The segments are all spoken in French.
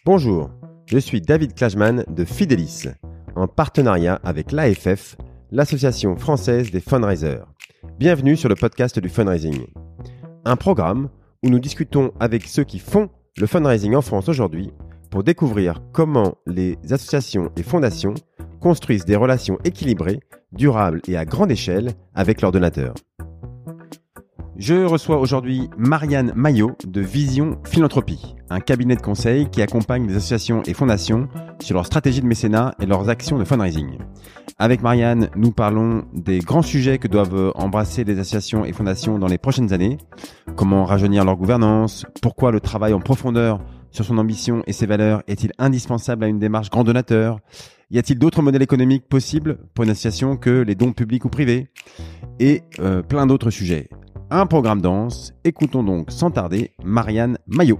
Bonjour, je suis David Klajman de Fidelis, en partenariat avec l'AFF, l'Association française des fundraisers. Bienvenue sur le podcast du fundraising. Un programme où nous discutons avec ceux qui font le fundraising en France aujourd'hui pour découvrir comment les associations et fondations construisent des relations équilibrées, durables et à grande échelle avec leurs donateurs. Je reçois aujourd'hui Marianne Maillot de Vision Philanthropie, un cabinet de conseil qui accompagne les associations et fondations sur leur stratégie de mécénat et leurs actions de fundraising. Avec Marianne, nous parlons des grands sujets que doivent embrasser les associations et fondations dans les prochaines années. Comment rajeunir leur gouvernance, pourquoi le travail en profondeur sur son ambition et ses valeurs est-il indispensable à une démarche grand donateur ? Y a-t-il d'autres modèles économiques possibles pour une association que les dons publics ou privés ? Et plein d'autres sujets. Un programme dense, écoutons donc sans tarder Marianne Maillot.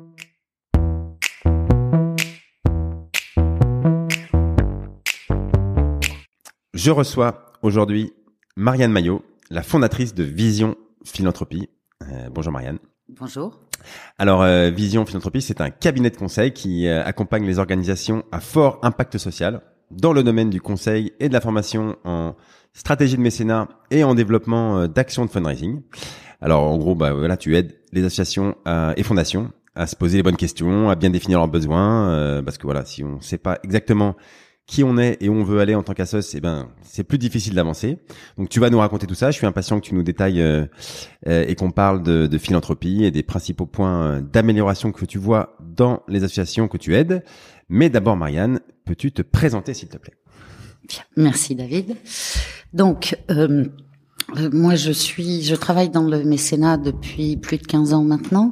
Je reçois aujourd'hui Marianne Maillot, la fondatrice de Vision Philanthropie. Bonjour Marianne. Bonjour. Alors Vision Philanthropie, c'est un cabinet de conseil qui accompagne les organisations à fort impact social dans le domaine du conseil et de la formation en stratégie de mécénat et en développement d'actions de fundraising. Alors en gros, tu aides les associations et fondations à se poser les bonnes questions, à bien définir leurs besoins, parce que si on ne sait pas exactement qui on est et où on veut aller en tant qu'assoce, c'est plus difficile d'avancer. Donc tu vas nous raconter tout ça. Je suis impatient que tu nous détailles et qu'on parle de philanthropie et des principaux points d'amélioration que tu vois dans les associations que tu aides. Mais d'abord, Marianne, peux-tu te présenter s'il te plaît ? Bien. Merci David. Donc, moi je travaille dans le mécénat depuis plus de 15 ans maintenant.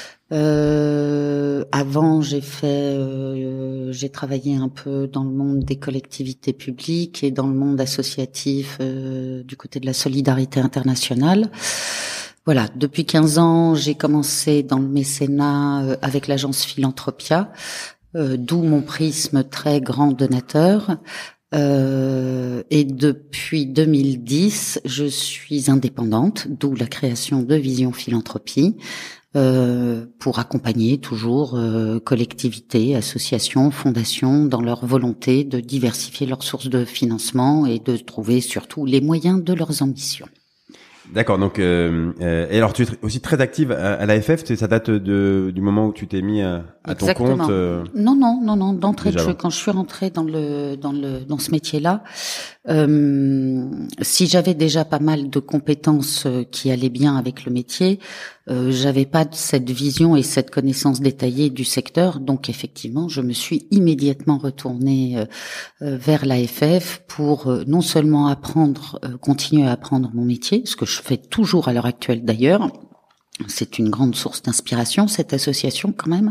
Avant, j'ai travaillé un peu dans le monde des collectivités publiques et dans le monde associatif du côté de la solidarité internationale. Voilà, depuis 15 ans, j'ai commencé dans le mécénat avec l'agence Philanthropia, d'où mon prisme très grand donateur. Et depuis 2010, je suis indépendante, d'où la création de Vision Philanthropie, pour accompagner toujours collectivités, associations, fondations dans leur volonté de diversifier leurs sources de financement et de trouver surtout les moyens de leurs ambitions. D'accord, donc et alors tu es aussi très active à l'AFF, ça date du moment où tu t'es mis à ton compte. Non, d'entrée de jeu, quand je suis rentrée dans ce métier-là, si j'avais déjà pas mal de compétences qui allaient bien avec le métier, j'avais pas cette vision et cette connaissance détaillée du secteur, donc effectivement, je me suis immédiatement retournée vers l'AFF pour non seulement continuer à apprendre mon métier, ce que je fais toujours à l'heure actuelle d'ailleurs. C'est une grande source d'inspiration, cette association quand même.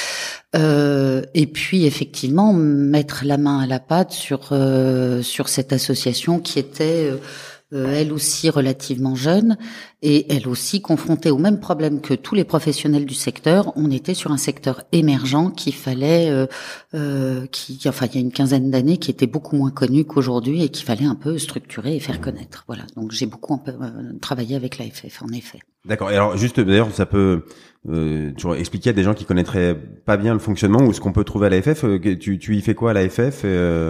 Et puis effectivement mettre la main à la pâte sur cette association qui était elle aussi relativement jeune et elle aussi confrontée au même problème que tous les professionnels du secteur. On était sur un secteur émergent qu'il fallait, il y a une quinzaine d'années, qui était beaucoup moins connu qu'aujourd'hui et qu'il fallait un peu structurer et faire connaître. Voilà, donc j'ai beaucoup travaillé avec l'AFF en effet. D'accord. Et alors juste d'ailleurs, ça peut tu expliquer à des gens qui connaîtraient pas bien le fonctionnement ou ce qu'on peut trouver à l'AFF. Tu y fais quoi à l'AFF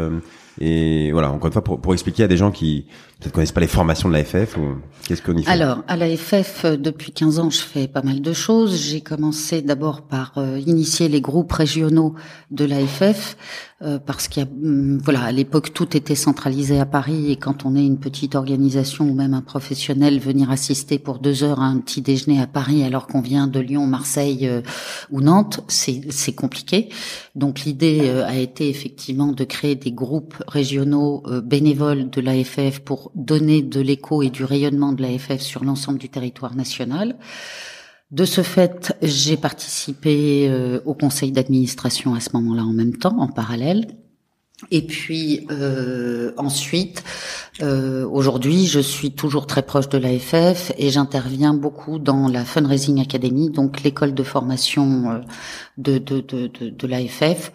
et voilà, encore une fois pour expliquer à des gens qui peut-être connaissent pas les formations de l'AFF ou qu'est-ce qu'on y fait. Alors à l'AFF depuis 15 ans, je fais pas mal de choses. J'ai commencé d'abord par initier les groupes régionaux de l'AFF parce qu'il y a à l'époque tout était centralisé à Paris et quand on est une petite organisation ou même un professionnel, venir assister pour 2 heures à un petit déjeuner à Paris alors qu'on vient de Lyon, Marseille ou Nantes, c'est compliqué. Donc l'idée a été effectivement de créer des groupes régionaux bénévoles de l'AFF pour donner de l'écho et du rayonnement de l'AFF sur l'ensemble du territoire national. De ce fait, j'ai participé au conseil d'administration à ce moment-là en même temps, en parallèle. Et puis ensuite, aujourd'hui, je suis toujours très proche de l'AFF et j'interviens beaucoup dans la Fundraising Academy, donc l'école de formation de l'AFF.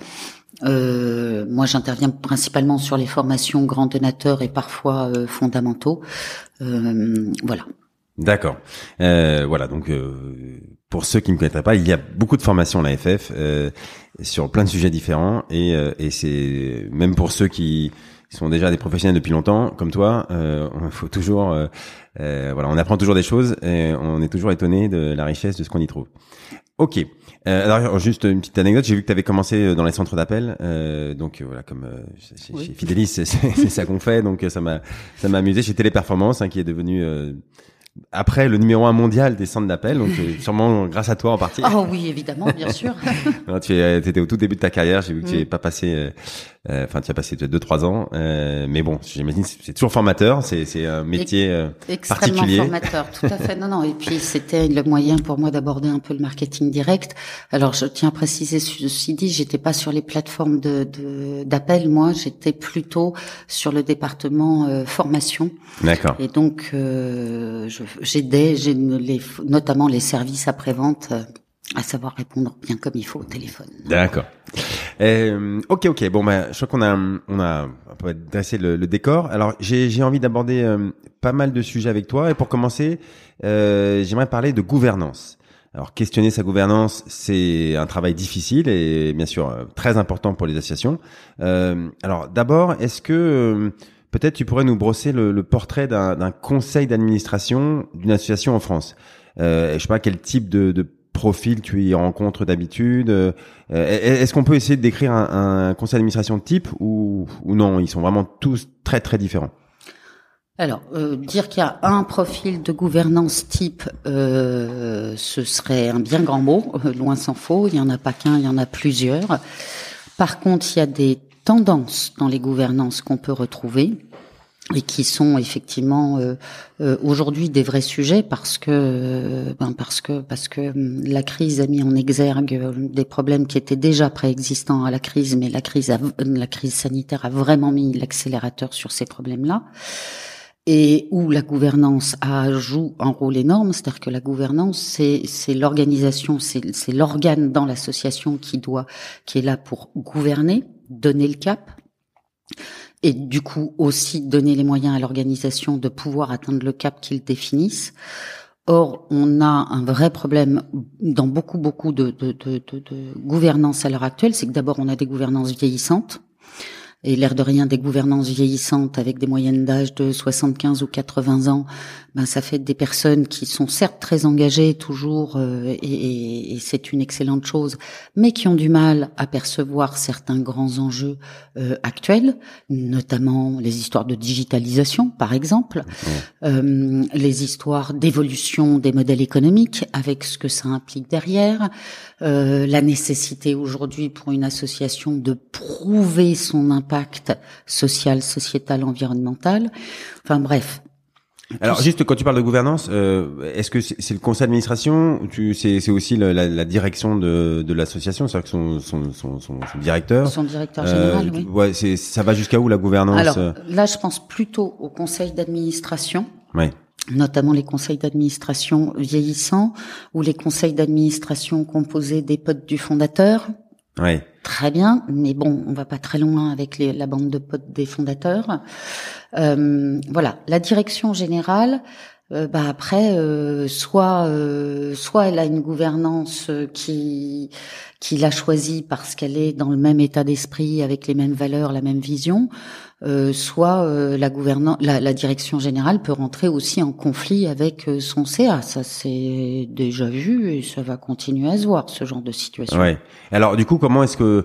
Moi, j'interviens principalement sur les formations grands donateurs et parfois fondamentaux. Voilà. D'accord. Voilà, donc pour ceux qui ne connaîtraient pas, il y a beaucoup de formations à l'AFF sur plein de sujets différents et c'est même pour ceux qui sont déjà des professionnels depuis longtemps, comme toi, il faut toujours, voilà, on apprend toujours des choses et on est toujours étonné de la richesse de ce qu'on y trouve. Ok. Alors juste une petite anecdote, j'ai vu que tu avais commencé dans les centres d'appel, donc voilà, comme chez Fidelis, c'est ça qu'on fait, donc ça m'a amusé chez Téléperformance, qui est devenu après le numéro 1 mondial des centres d'appel, donc sûrement grâce à toi en partie. Oh oui, évidemment, bien sûr. Non, tu étais au tout début de ta carrière, j'ai vu que tu n'avais pas passé, tu as passé 2-3 ans, mais bon, j'imagine c'est toujours formateur, c'est un métier extrêmement particulier. Formateur, tout à fait. Non, et puis c'était le moyen pour moi d'aborder un peu le marketing direct. Alors je tiens à préciser, ceci dit, j'étais pas sur les plateformes d'appel, moi, j'étais plutôt sur le département formation. D'accord. Et donc j'aidais notamment les services après-vente à savoir répondre bien comme il faut au téléphone. D'accord. Ok. Bon, je crois qu'on a un peu dressé le décor. Alors, j'ai envie d'aborder pas mal de sujets avec toi. Et pour commencer, j'aimerais parler de gouvernance. Alors, questionner sa gouvernance, c'est un travail difficile et bien sûr très important pour les associations. Alors, d'abord, est-ce que peut-être tu pourrais nous brosser le portrait d'un conseil d'administration d'une association en France. Je sais pas quel type de profil tu y rencontres d'habitude. Est-ce qu'on peut essayer de décrire un conseil d'administration type ou non, ils sont vraiment tous très très différents? Alors, dire qu'il y a un profil de gouvernance type, ce serait un bien grand mot, loin s'en faut. Il y en a pas qu'un, il y en a plusieurs. Par contre, il y a des tendances dans les gouvernances qu'on peut retrouver et qui sont effectivement aujourd'hui des vrais sujets parce que la crise a mis en exergue des problèmes qui étaient déjà préexistants à la crise, mais la crise sanitaire a vraiment mis l'accélérateur sur ces problèmes-là. Et où la gouvernance joue un rôle énorme, c'est-à-dire que la gouvernance, c'est l'organisation, c'est l'organe dans l'association qui est là pour gouverner, donner le cap, et du coup aussi donner les moyens à l'organisation de pouvoir atteindre le cap qu'ils définissent. Or, on a un vrai problème dans beaucoup de gouvernance à l'heure actuelle, c'est que d'abord on a des gouvernances vieillissantes. Et l'air de rien, des gouvernances vieillissantes avec des moyennes d'âge de 75 ou 80 ans, ça fait des personnes qui sont certes très engagées toujours, et c'est une excellente chose, mais qui ont du mal à percevoir certains grands enjeux actuels, notamment les histoires de digitalisation, par exemple, les histoires d'évolution des modèles économiques, avec ce que ça implique derrière, la nécessité aujourd'hui pour une association de prouver son impact social, sociétal, environnemental. Enfin bref. Alors juste quand tu parles de gouvernance, est-ce que c'est le conseil d'administration ou c'est aussi la direction de l'association, c'est-à-dire que son directeur. Son directeur général, oui. Ouais, ça va jusqu'à où la gouvernance? Alors là, je pense plutôt au conseil d'administration. Ouais. Notamment les conseils d'administration vieillissants ou les conseils d'administration composés des potes du fondateur. Ouais. Très bien, mais bon, on va pas très loin avec la bande de potes des fondateurs. Voilà, la direction générale. Après, soit elle a une gouvernance qui l'a choisie parce qu'elle est dans le même état d'esprit, avec les mêmes valeurs, la même vision. Soit la direction générale peut rentrer aussi en conflit avec son CA. Ça c'est déjà vu et ça va continuer à se voir, ce genre de situation. Ouais. Alors du coup, comment est-ce que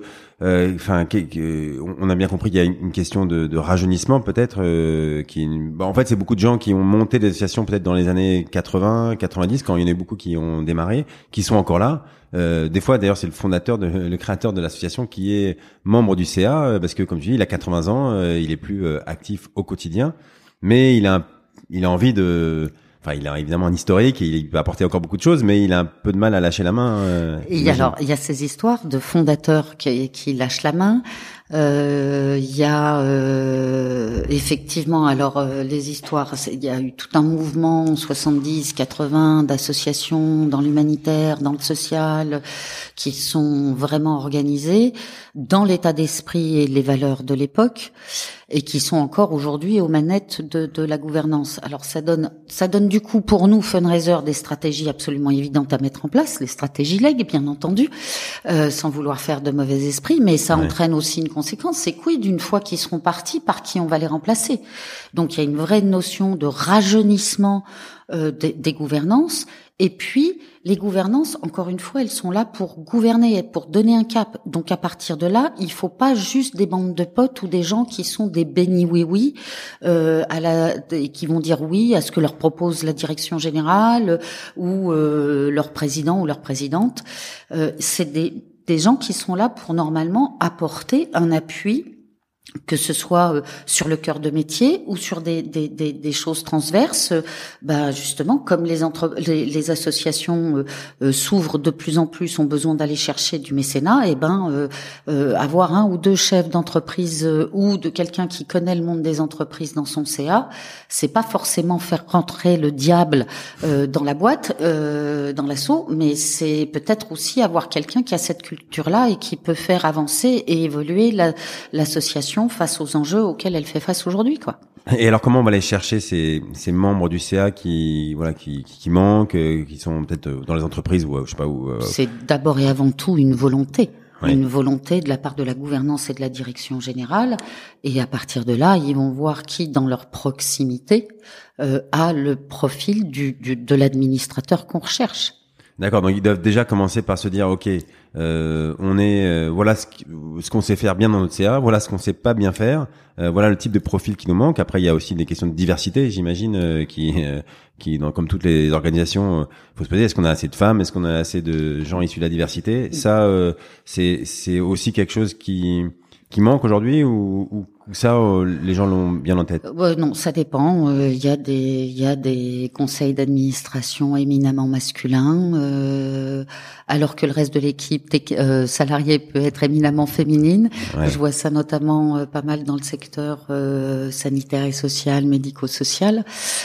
on a bien compris qu'il y a une question de rajeunissement peut-être en fait c'est beaucoup de gens qui ont monté des associations peut-être dans les années 80, 90 quand il y en a eu beaucoup qui ont démarré, qui sont encore là. Des fois d'ailleurs c'est le créateur de l'association qui est membre du CA parce que comme tu dis il a 80 ans, il est plus actif au quotidien, mais il a envie de. Enfin, il a évidemment un historique et il peut apporter encore beaucoup de choses, mais il a un peu de mal à lâcher la main. Il y a ces histoires de fondateurs qui lâchent la main. Il y a effectivement, alors les histoires, il y a eu tout un mouvement 70, 80 d'associations dans l'humanitaire, dans le social, qui sont vraiment organisées dans l'état d'esprit et les valeurs de l'époque, et qui sont encore aujourd'hui aux manettes de la gouvernance. Alors ça donne du coup pour nous fundraisers des stratégies absolument évidentes à mettre en place, les stratégies LEG bien entendu, sans vouloir faire de mauvais esprit, mais ça entraîne aussi une conséquence, c'est quid d'une fois qu'ils seront partis, par qui on va les remplacer. Donc il y a une vraie notion de rajeunissement des gouvernances. Et puis, les gouvernances, encore une fois, elles sont là pour gouverner, pour donner un cap. Donc, à partir de là, il faut pas juste des bandes de potes ou des gens qui sont des bénis oui-oui, qui vont dire oui à ce que leur propose la direction générale ou leur président ou leur présidente. C'est des gens qui sont là pour normalement apporter un appui, que ce soit sur le cœur de métier ou sur des choses transverses. Justement, comme les associations s'ouvrent de plus en plus, ont besoin d'aller chercher du mécénat, avoir un ou deux chefs d'entreprise ou de quelqu'un qui connaît le monde des entreprises dans son CA, c'est pas forcément faire rentrer le diable dans la boîte, dans l'assaut, mais c'est peut-être aussi avoir quelqu'un qui a cette culture-là et qui peut faire avancer et évoluer l'association face aux enjeux auxquels elle fait face aujourd'hui, quoi. Et alors, comment on va aller chercher ces membres du CA qui manquent, qui sont peut-être dans les entreprises ou je sais pas où. C'est d'abord et avant tout une volonté. Oui. Une volonté de la part de la gouvernance et de la direction générale. Et à partir de là, ils vont voir qui, dans leur proximité, a le profil de l'administrateur qu'on recherche. D'accord, donc ils doivent déjà commencer par se dire, ok, on est, voilà ce qu'on sait faire bien dans notre CA, voilà ce qu'on sait pas bien faire, voilà le type de profil qui nous manque. Après, il y a aussi des questions de diversité, j'imagine, qui comme toutes les organisations, faut se poser, est-ce qu'on a assez de femmes, est-ce qu'on a assez de gens issus de la diversité? Ça, c'est aussi quelque chose qui manque aujourd'hui ou ça, les gens l'ont bien en tête? Non, ça dépend. Il y a des conseils d'administration éminemment masculins, alors que le reste de l'équipe salariée peut être éminemment féminine. Ouais. Je vois ça notamment pas mal dans le secteur sanitaire et social, médico-social.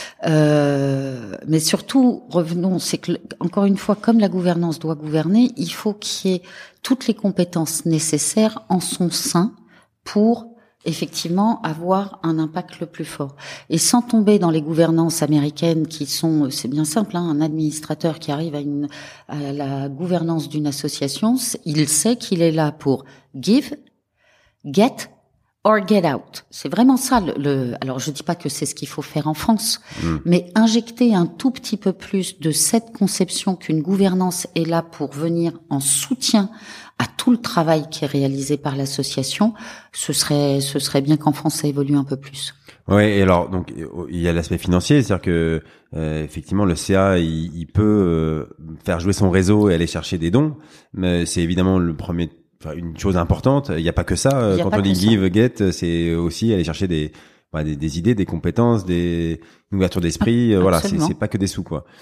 Mais surtout, revenons, c'est que encore une fois, comme la gouvernance doit gouverner, il faut qu'il y ait toutes les compétences nécessaires en son sein pour effectivement avoir un impact le plus fort. Et sans tomber dans les gouvernances américaines qui sont, c'est bien simple, un administrateur qui arrive à la gouvernance d'une association, il sait qu'il est là pour give, get or get out. C'est vraiment ça alors je dis pas que c'est ce qu'il faut faire en France, mais injecter un tout petit peu plus de cette conception qu'une gouvernance est là pour venir en soutien à tout le travail qui est réalisé par l'association, ce serait bien qu'en France ça évolue un peu plus. Ouais, et alors donc il y a l'aspect financier, c'est-à-dire que effectivement le CA il peut faire jouer son réseau et aller chercher des dons, mais c'est évidemment une chose importante. Il n'y a pas que ça. Quand on dit give, get, c'est aussi aller chercher des idées, des compétences, une ouverture d'esprit. Voilà, c'est pas que des sous, quoi.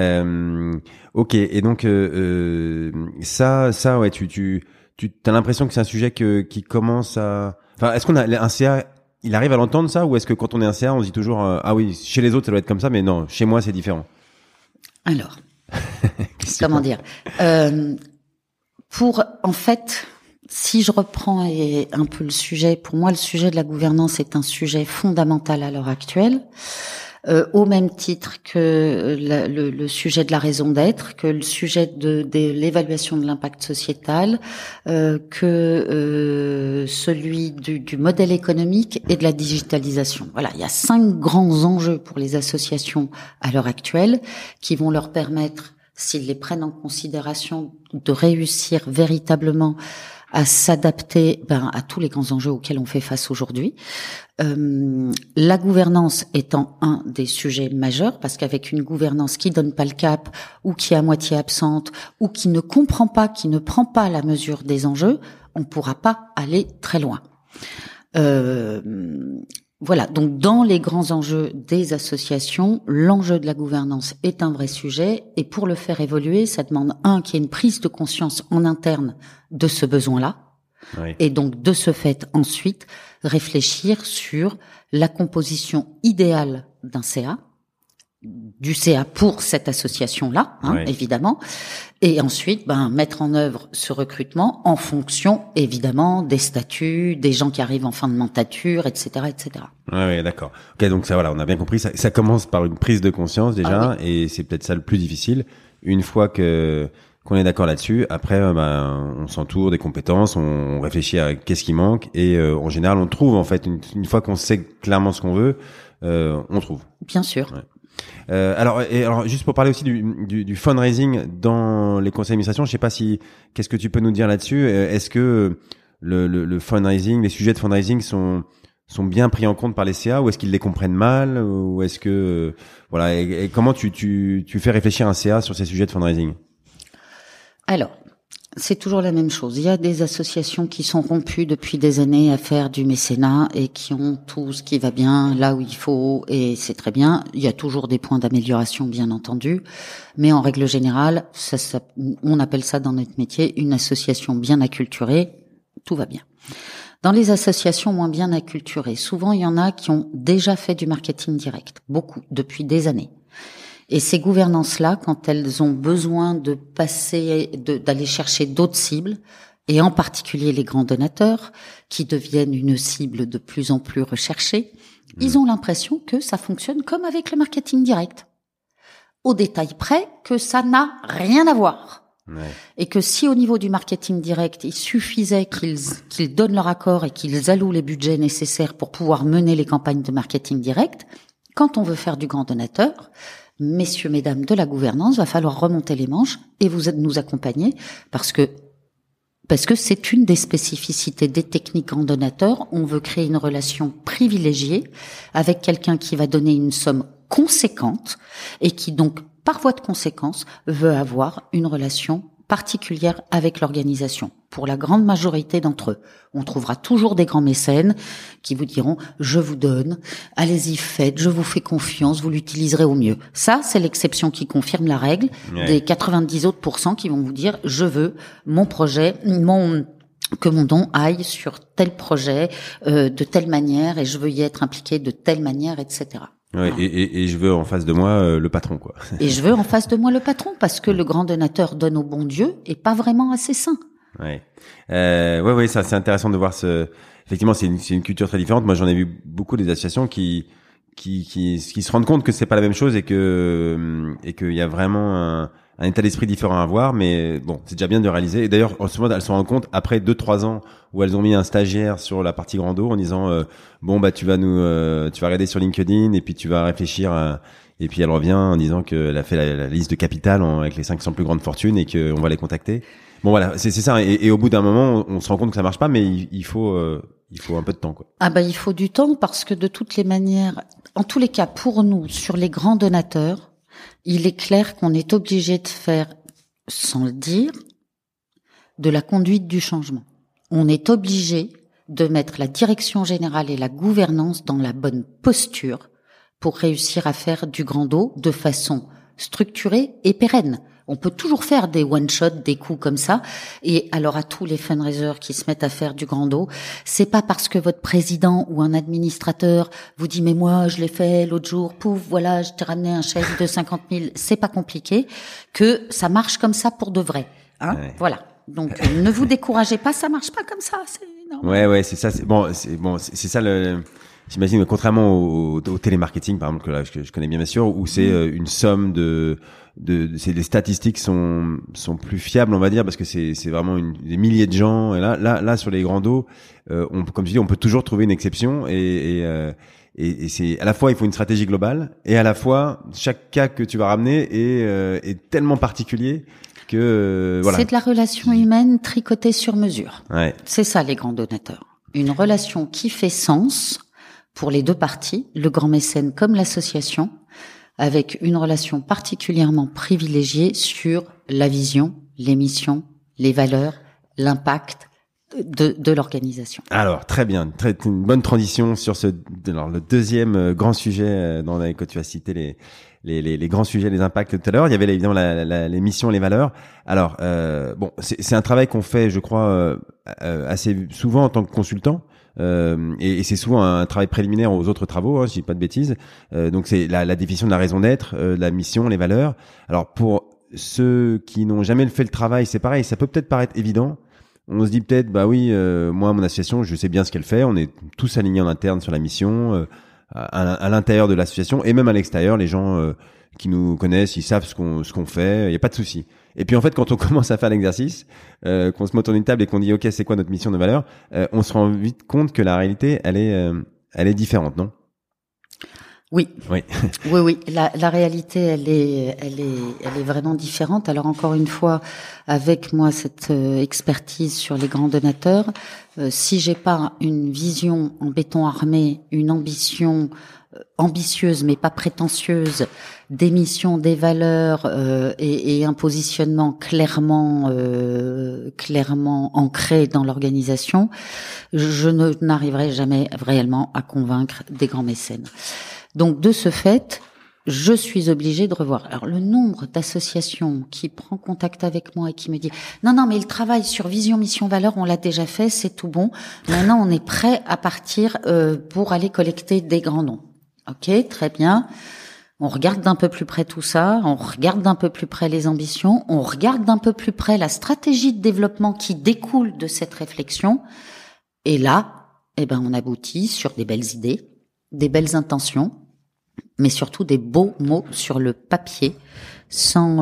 Ok. Et donc ça, ouais, tu as l'impression que c'est un sujet qui commence à. Enfin, est-ce qu'on a un CA? Il arrive à l'entendre ça, ou est-ce que quand on est un CA, on se dit toujours ah oui, chez les autres ça doit être comme ça, mais non, chez moi c'est différent. Alors, comment dire? En fait, si je reprends un peu le sujet, pour moi, le sujet de la gouvernance est un sujet fondamental à l'heure actuelle, au même titre que le sujet de la raison d'être, que le sujet de l'évaluation de l'impact sociétal, que celui du modèle économique et de la digitalisation. Voilà, il y a 5 grands enjeux pour les associations à l'heure actuelle qui vont leur permettre, s'ils les prennent en considération, de réussir véritablement à s'adapter à tous les grands enjeux auxquels on fait face aujourd'hui. La gouvernance étant un des sujets majeurs, parce qu'avec une gouvernance qui donne pas le cap, ou qui est à moitié absente, ou qui ne comprend pas, qui ne prend pas la mesure des enjeux, on pourra pas aller très loin. Voilà, donc dans les grands enjeux des associations, l'enjeu de la gouvernance est un vrai sujet, et pour le faire évoluer, ça demande qu'il y ait une prise de conscience en interne de ce besoin-là, Oui. Et donc, de ce fait, ensuite, réfléchir sur la composition idéale d'un CA, du CA pour cette association-là, évidemment, et ensuite mettre en œuvre ce recrutement en fonction, évidemment, des statuts, des gens qui arrivent en fin de mandature, etc., etc. Ouais, d'accord. Ok, donc ça, voilà, on a bien compris. Ça commence par une prise de conscience déjà, et c'est peut-être ça le plus difficile. Une fois qu'on est d'accord là-dessus, après, on s'entoure des compétences, on réfléchit à qu'est-ce qui manque, et en général, on trouve en fait une fois qu'on sait clairement ce qu'on veut, on trouve. Bien sûr. Ouais. Alors juste pour parler aussi du fundraising dans les conseils d'administration, je sais pas qu'est-ce que tu peux nous dire là-dessus. Est-ce que le fundraising, les sujets de fundraising sont bien pris en compte par les CA, ou est-ce qu'ils les comprennent mal, ou est-ce que voilà, et comment tu fais réfléchir un CA sur ces sujets de fundraising? Alors, c'est toujours la même chose. Il y a des associations qui sont rompues depuis des années à faire du mécénat et qui ont tout ce qui va bien là où il faut, et c'est très bien. Il y a toujours des points d'amélioration, bien entendu, mais en règle générale, on appelle ça dans notre métier une association bien acculturée. Tout va bien. Dans les associations moins bien acculturées, souvent il y en a qui ont déjà fait du marketing direct, beaucoup, depuis des années. Et ces gouvernances-là, quand elles ont besoin de d'aller chercher d'autres cibles, et en particulier les grands donateurs, qui deviennent une cible de plus en plus recherchée, ils ont l'impression que ça fonctionne comme avec le marketing direct. Au détail près que ça n'a rien à voir. Ouais. Et que si au niveau du marketing direct, il suffisait qu'ils donnent leur accord et qu'ils allouent les budgets nécessaires pour pouvoir mener les campagnes de marketing direct, quand on veut faire du grand donateur, messieurs, mesdames de la gouvernance, va falloir remonter les manches et vous nous accompagner parce que c'est une des spécificités des techniques en donateur. On veut créer une relation privilégiée avec quelqu'un qui va donner une somme conséquente et qui donc, par voie de conséquence, veut avoir une relation particulière avec l'organisation. Pour la grande majorité d'entre eux, on trouvera toujours des grands mécènes qui vous diront « je vous donne, allez-y, faites, je vous fais confiance, vous l'utiliserez au mieux ». Ça, c'est l'exception qui confirme la règle des 90 autres % qui vont vous dire « je veux mon projet, que mon don aille sur tel projet de telle manière et je veux y être impliqué de telle manière, etc. » Ouais, voilà. Et je veux en face de moi le patron, quoi. Et je veux en face de moi le patron, parce que le grand donateur donne au bon Dieu et pas vraiment à ses saints. Ouais. Ouais, ça c'est intéressant de voir effectivement, c'est une culture très différente. Moi, j'en ai vu beaucoup des associations qui se rendent compte que c'est pas la même chose et qu'il y a vraiment un état d'esprit différent à avoir, mais bon, c'est déjà bien de réaliser. Et d'ailleurs, en ce moment, elles se rendent compte après 2-3 ans où elles ont mis un stagiaire sur la partie grando en disant tu vas regarder sur LinkedIn et puis tu vas réfléchir et puis elle revient en disant qu'elle a fait la liste de capital avec les 500 plus grandes fortunes et qu'on va les contacter. Bon voilà, c'est ça. Et au bout d'un moment, on se rend compte que ça marche pas, mais il faut un peu de temps, quoi. Il faut du temps parce que de toutes les manières, en tous les cas, pour nous, sur les grands donateurs, il est clair qu'on est obligé de faire, sans le dire, de la conduite du changement. On est obligé de mettre la direction générale et la gouvernance dans la bonne posture pour réussir à faire du grand dos de façon structurée et pérenne. On peut toujours faire des one-shot, des coups comme ça. Et alors à tous les fundraisers qui se mettent à faire du grand dos, c'est pas parce que votre président ou un administrateur vous dit mais moi je l'ai fait l'autre jour, pouf, voilà, je t'ai ramené un chèque de 50 000, c'est pas compliqué, que ça marche comme ça pour de vrai. Hein, ouais. Voilà. Donc ne vous découragez pas, ça marche pas comme ça, c'est normal. Ouais, c'est ça. C'est ça le. J'imagine, contrairement au télémarketing, par exemple, que là, je connais bien sûr, où c'est une somme les statistiques sont plus fiables, on va dire, parce que c'est vraiment des milliers de gens. Et là, sur les grands dos, comme tu dis, on peut toujours trouver une exception et c'est à la fois il faut une stratégie globale et à la fois chaque cas que tu vas ramener est tellement particulier que voilà. C'est de la relation humaine tricotée sur mesure. Ouais. C'est ça les grands donateurs. Une relation qui fait sens pour les deux parties, le grand mécène comme l'association, avec une relation particulièrement privilégiée sur la vision, les missions, les valeurs, l'impact de l'organisation. Alors, très bien. Une bonne transition sur le deuxième grand sujet que tu as cité, les grands sujets, les impacts tout à l'heure. Il y avait évidemment les missions, les valeurs. Alors bon, c'est un travail qu'on fait, je crois, assez souvent en tant que consultant. Et c'est souvent un travail préliminaire aux autres travaux, si je dis pas de bêtises. Donc c'est la définition de la raison d'être, la mission, les valeurs. Alors pour ceux qui n'ont jamais fait le travail, c'est pareil, ça peut peut-être paraître évident. On se dit peut-être, bah oui, moi, mon association, je sais bien ce qu'elle fait. On est tous alignés en interne sur la mission, à l'intérieur de l'association et même à l'extérieur. Les gens qui nous connaissent, ils savent ce qu'on fait. Il n'y a pas de souci. Et puis en fait, quand on commence à faire l'exercice, qu'on se met autour d'une table et qu'on dit, ok, c'est quoi notre mission de valeur, on se rend vite compte que la réalité, elle est différente, non? Oui. Oui. Oui. La réalité, elle est vraiment différente. Alors encore une fois, avec moi cette expertise sur les grands donateurs, si j'ai pas une vision en béton armé, une ambition ambitieuse mais pas prétentieuse, des missions, des valeurs et un positionnement clairement ancré dans l'organisation, je n'arriverai jamais réellement à convaincre des grands mécènes. Donc de ce fait, je suis obligée de revoir. Alors le nombre d'associations qui prend contact avec moi et qui me dit non mais le travail sur vision, mission, valeur, on l'a déjà fait, c'est tout bon. Maintenant on est prêt à partir pour aller collecter des grands noms. Ok, très bien. On regarde d'un peu plus près tout ça, on regarde d'un peu plus près les ambitions, on regarde d'un peu plus près la stratégie de développement qui découle de cette réflexion. Et là, on aboutit sur des belles idées, des belles intentions, mais surtout des beaux mots sur le papier, sans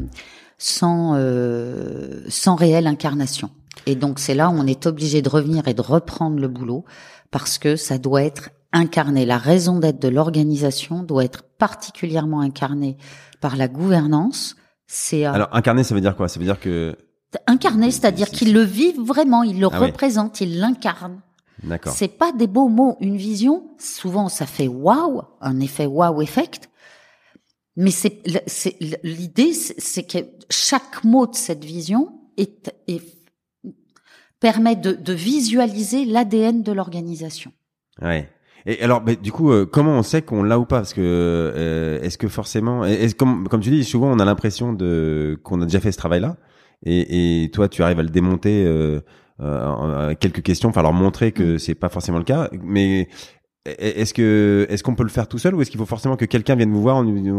réelle incarnation. Et donc c'est là où on est obligé de revenir et de reprendre le boulot, parce que ça doit être incarné. La raison d'être de l'organisation doit être particulièrement incarnée par la gouvernance. Alors incarné, ça veut dire quoi? Ça veut dire que incarné, c'est-à-dire qu'ils le vivent vraiment, ils le représentent, ils l'incarnent. D'accord. C'est pas des beaux mots. Une vision, souvent, ça fait waouh, un effet waouh effect. Mais l'idée, c'est que chaque mot de cette vision permet de visualiser l'ADN de l'organisation. Ouais. Et alors, du coup, comment on sait qu'on l'a ou pas? Parce que est-ce que forcément, comme tu dis, souvent on a l'impression qu'on a déjà fait ce travail-là, et toi, tu arrives à le démonter. Quelques questions, enfin leur montrer que c'est pas forcément le cas. Mais est-ce qu'on peut le faire tout seul, ou est-ce qu'il faut forcément que quelqu'un vienne vous voir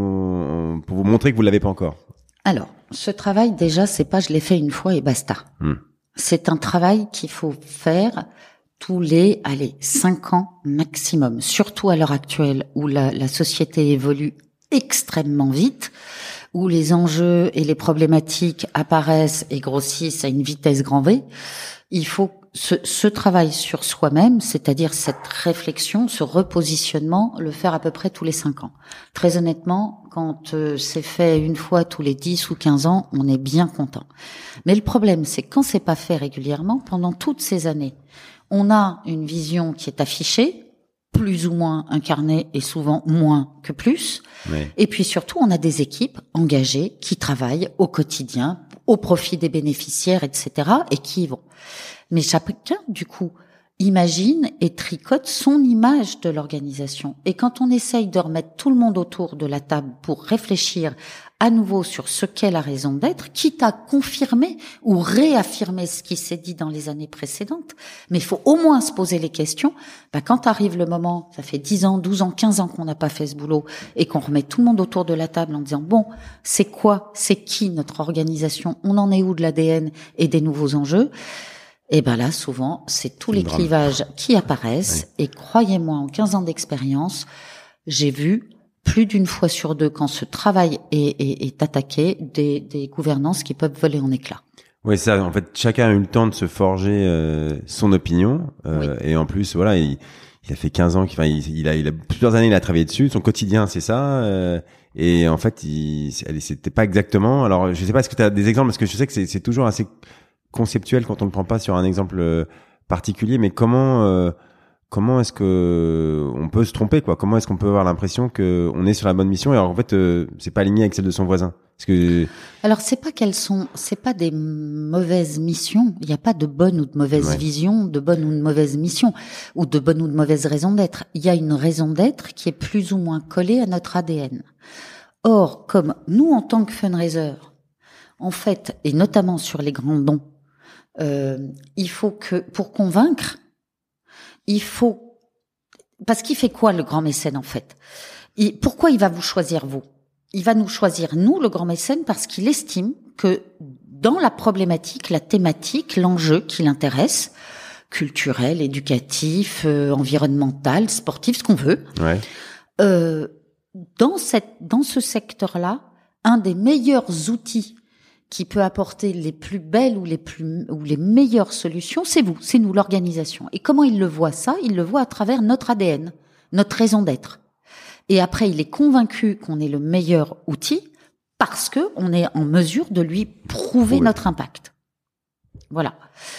pour vous montrer que vous l'avez pas encore? Alors, ce travail déjà, c'est pas je l'ai fait une fois et basta. C'est un travail qu'il faut faire tous les 5 ans maximum, surtout à l'heure actuelle où la société évolue extrêmement vite, où les enjeux et les problématiques apparaissent et grossissent à une vitesse grand V. Il faut ce travail sur soi-même, c'est-à-dire cette réflexion, ce repositionnement, le faire à peu près tous les 5 ans. Très honnêtement, quand c'est fait une fois tous les 10 ou 15 ans, on est bien content. Mais le problème, c'est quand c'est pas fait régulièrement, pendant toutes ces années, on a une vision qui est affichée, plus ou moins incarnée et souvent moins que plus. Oui. Et puis surtout, on a des équipes engagées qui travaillent au quotidien, au profit des bénéficiaires, etc. et qui y vont. Mais chacun, du coup, imagine et tricote son image de l'organisation. Et quand on essaye de remettre tout le monde autour de la table pour réfléchir à nouveau sur ce qu'est la raison d'être, quitte à confirmer ou réaffirmer ce qui s'est dit dans les années précédentes, mais il faut au moins se poser les questions. Quand arrive le moment, ça fait 10 ans, 12 ans, 15 ans qu'on n'a pas fait ce boulot, et qu'on remet tout le monde autour de la table en disant, bon, c'est quoi, c'est qui notre organisation, on en est où de l'ADN et des nouveaux enjeux? Et là, souvent, c'est tous les clivages qui apparaissent. Oui. Et croyez-moi, en 15 ans d'expérience, j'ai vu plus d'une fois sur deux, quand ce travail est attaqué, des gouvernances qui peuvent voler en éclats. Oui, ça. En fait, chacun a eu le temps de se forger son opinion. Oui. Et en plus, voilà, il a fait 15 ans, il a plusieurs années, il a travaillé dessus. Son quotidien, c'est ça. Et en fait, c'était pas exactement. Alors, je sais pas, est-ce que tu as des exemples? Parce que je sais que c'est toujours assez conceptuel quand on ne prend pas sur un exemple particulier. Mais comment est-ce que on peut se tromper, quoi? Comment est-ce qu'on peut avoir l'impression que on est sur la bonne mission et alors en fait c'est pas aligné avec celle de son voisin? Parce que alors c'est pas des mauvaises missions. Il n'y a pas de bonne ou de mauvaise vision, de bonne ou de mauvaise mission, ou de bonne ou de mauvaise raison d'être. Il y a une raison d'être qui est plus ou moins collée à notre ADN. Or, comme nous, en tant que fundraiser, en fait, et notamment sur les grands dons, il faut que, pour convaincre, parce qu'il fait quoi le grand mécène en fait? Pourquoi il va vous choisir vous? Il va nous choisir nous, le grand mécène, parce qu'il estime que dans la problématique, la thématique, l'enjeu qui l'intéresse, culturel, éducatif, environnemental, sportif, ce qu'on veut, dans ce secteur-là, un des meilleurs outils qui peut apporter les plus belles ou les meilleures solutions, c'est nous, l'organisation. Et comment il le voit ça? Il le voit à travers notre ADN, notre raison d'être. Et après, il est convaincu qu'on est le meilleur outil parce que on est en mesure de lui prouver notre impact. Voilà.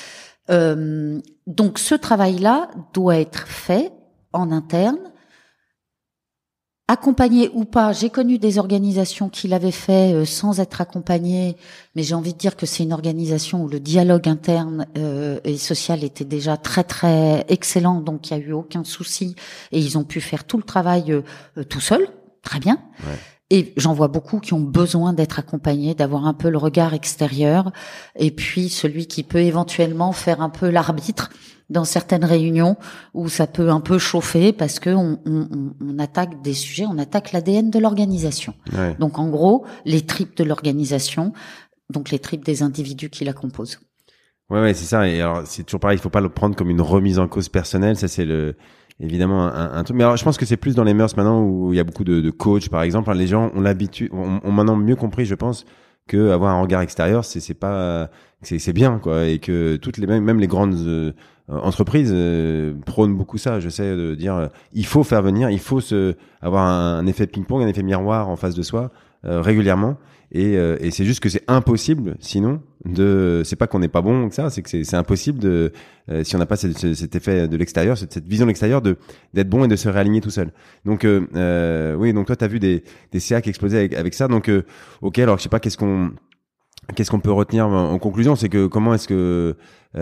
Donc, ce travail-là doit être fait en interne. Accompagné ou pas, j'ai connu des organisations qui l'avaient fait sans être accompagnées, mais j'ai envie de dire que c'est une organisation où le dialogue interne et social était déjà très très excellent, donc il y a eu aucun souci et ils ont pu faire tout le travail tout seuls, très bien. Ouais. Et j'en vois beaucoup qui ont besoin d'être accompagnés, d'avoir un peu le regard extérieur, et puis celui qui peut éventuellement faire un peu l'arbitre dans certaines réunions où ça peut un peu chauffer parce que on attaque des sujets, on attaque l'ADN de l'organisation. Ouais. Donc en gros, les tripes de l'organisation, donc les tripes des individus qui la composent. Ouais, c'est ça. Et alors c'est toujours pareil, il faut pas le prendre comme une remise en cause personnelle. Ça c'est évidemment un truc. Mais alors je pense que c'est plus dans les mœurs maintenant où il y a beaucoup de coachs par exemple. Les gens ont l'habitude, ont maintenant mieux compris, je pense, que avoir un regard extérieur, c'est bien quoi, et que même les grandes entreprises prônent beaucoup ça. Je sais de dire il faut faire venir, il faut avoir un effet ping-pong, un effet miroir en face de soi régulièrement, et c'est juste que c'est impossible sinon c'est pas qu'on n'est pas bon que ça, c'est que c'est impossible si on n'a pas cet effet de l'extérieur, cette vision de l'extérieur d'être bon et de se réaligner tout seul. Donc oui, donc toi t'as vu des CA qui explosaient avec ça. Donc OK, alors je sais pas qu'est-ce qu'on peut retenir en conclusion, c'est que comment est-ce que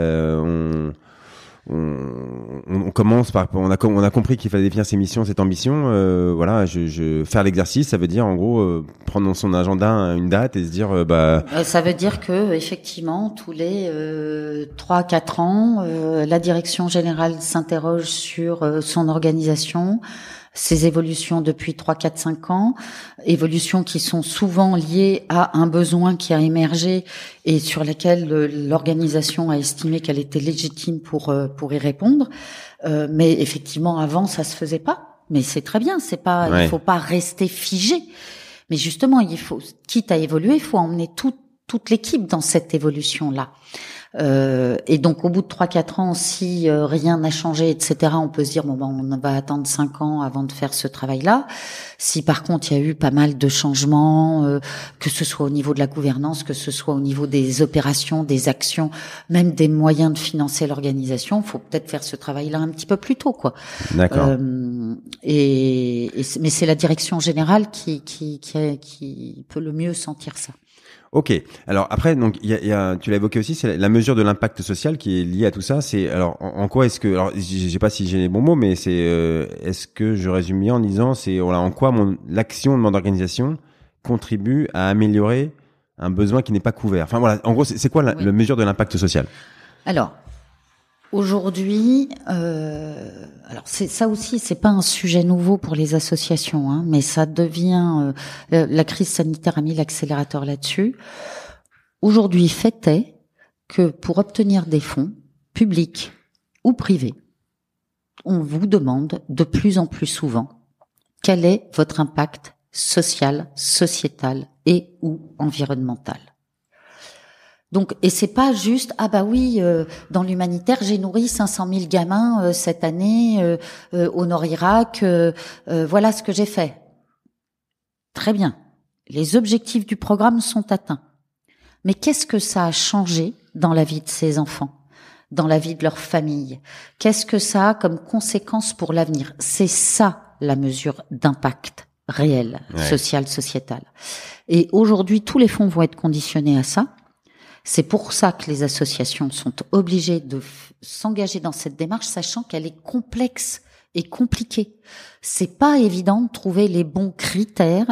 on commence par on a compris qu'il fallait définir ses missions, cette ambition. Voilà, faire l'exercice, ça veut dire en gros prendre dans son agenda une date et se dire ça veut dire que effectivement tous les 3-4 ans, la direction générale s'interroge sur son organisation, ces évolutions depuis 3, 4, 5 ans, évolutions qui sont souvent liées à un besoin qui a émergé et sur lesquels l'organisation a estimé qu'elle était légitime pour y répondre. Mais effectivement, avant, ça se faisait pas. Mais c'est très bien, c'est pas, il faut pas rester figé. Mais justement, il faut, quitte à évoluer, il faut emmener toute l'équipe dans cette évolution-là. Et donc au bout de 3-4 ans, si rien n'a changé, etc., on peut se dire on va attendre 5 ans avant de faire ce travail-là. Si par contre il y a eu pas mal de changements, que ce soit au niveau de la gouvernance, que ce soit au niveau des opérations, des actions, même des moyens de financer l'organisation, faut peut-être faire ce travail-là un petit peu plus tôt, quoi. D'accord. Mais c'est la direction générale qui peut le mieux sentir ça. Ok. Alors après, donc tu l'as évoqué aussi, c'est la mesure de l'impact social qui est liée à tout ça. C'est alors en quoi est-ce que, alors je sais pas si j'ai les bons mots, mais c'est est-ce que je résume bien en disant c'est voilà en quoi l'action de mon organisation contribue à améliorer un besoin qui n'est pas couvert. Enfin voilà, en gros c'est quoi la mesure de l'impact social? Alors aujourd'hui, alors ça aussi, c'est pas un sujet nouveau pour les associations, hein, mais ça devient la crise sanitaire a mis l'accélérateur là-dessus. Aujourd'hui, fait est que pour obtenir des fonds publics ou privés, on vous demande de plus en plus souvent quel est votre impact social, sociétal et ou environnemental. Donc, et c'est pas juste dans l'humanitaire j'ai nourri 500 000 gamins cette année au Nord-Irak, voilà ce que j'ai fait. Très bien, les objectifs du programme sont atteints. Mais qu'est-ce que ça a changé dans la vie de ces enfants, dans la vie de leur famille? Qu'est-ce que ça a comme conséquence pour l'avenir? C'est ça la mesure d'impact réel, social, sociétal. Et aujourd'hui, tous les fonds vont être conditionnés à ça. C'est pour ça que les associations sont obligées de s'engager dans cette démarche, sachant qu'elle est complexe et compliquée. C'est pas évident de trouver les bons critères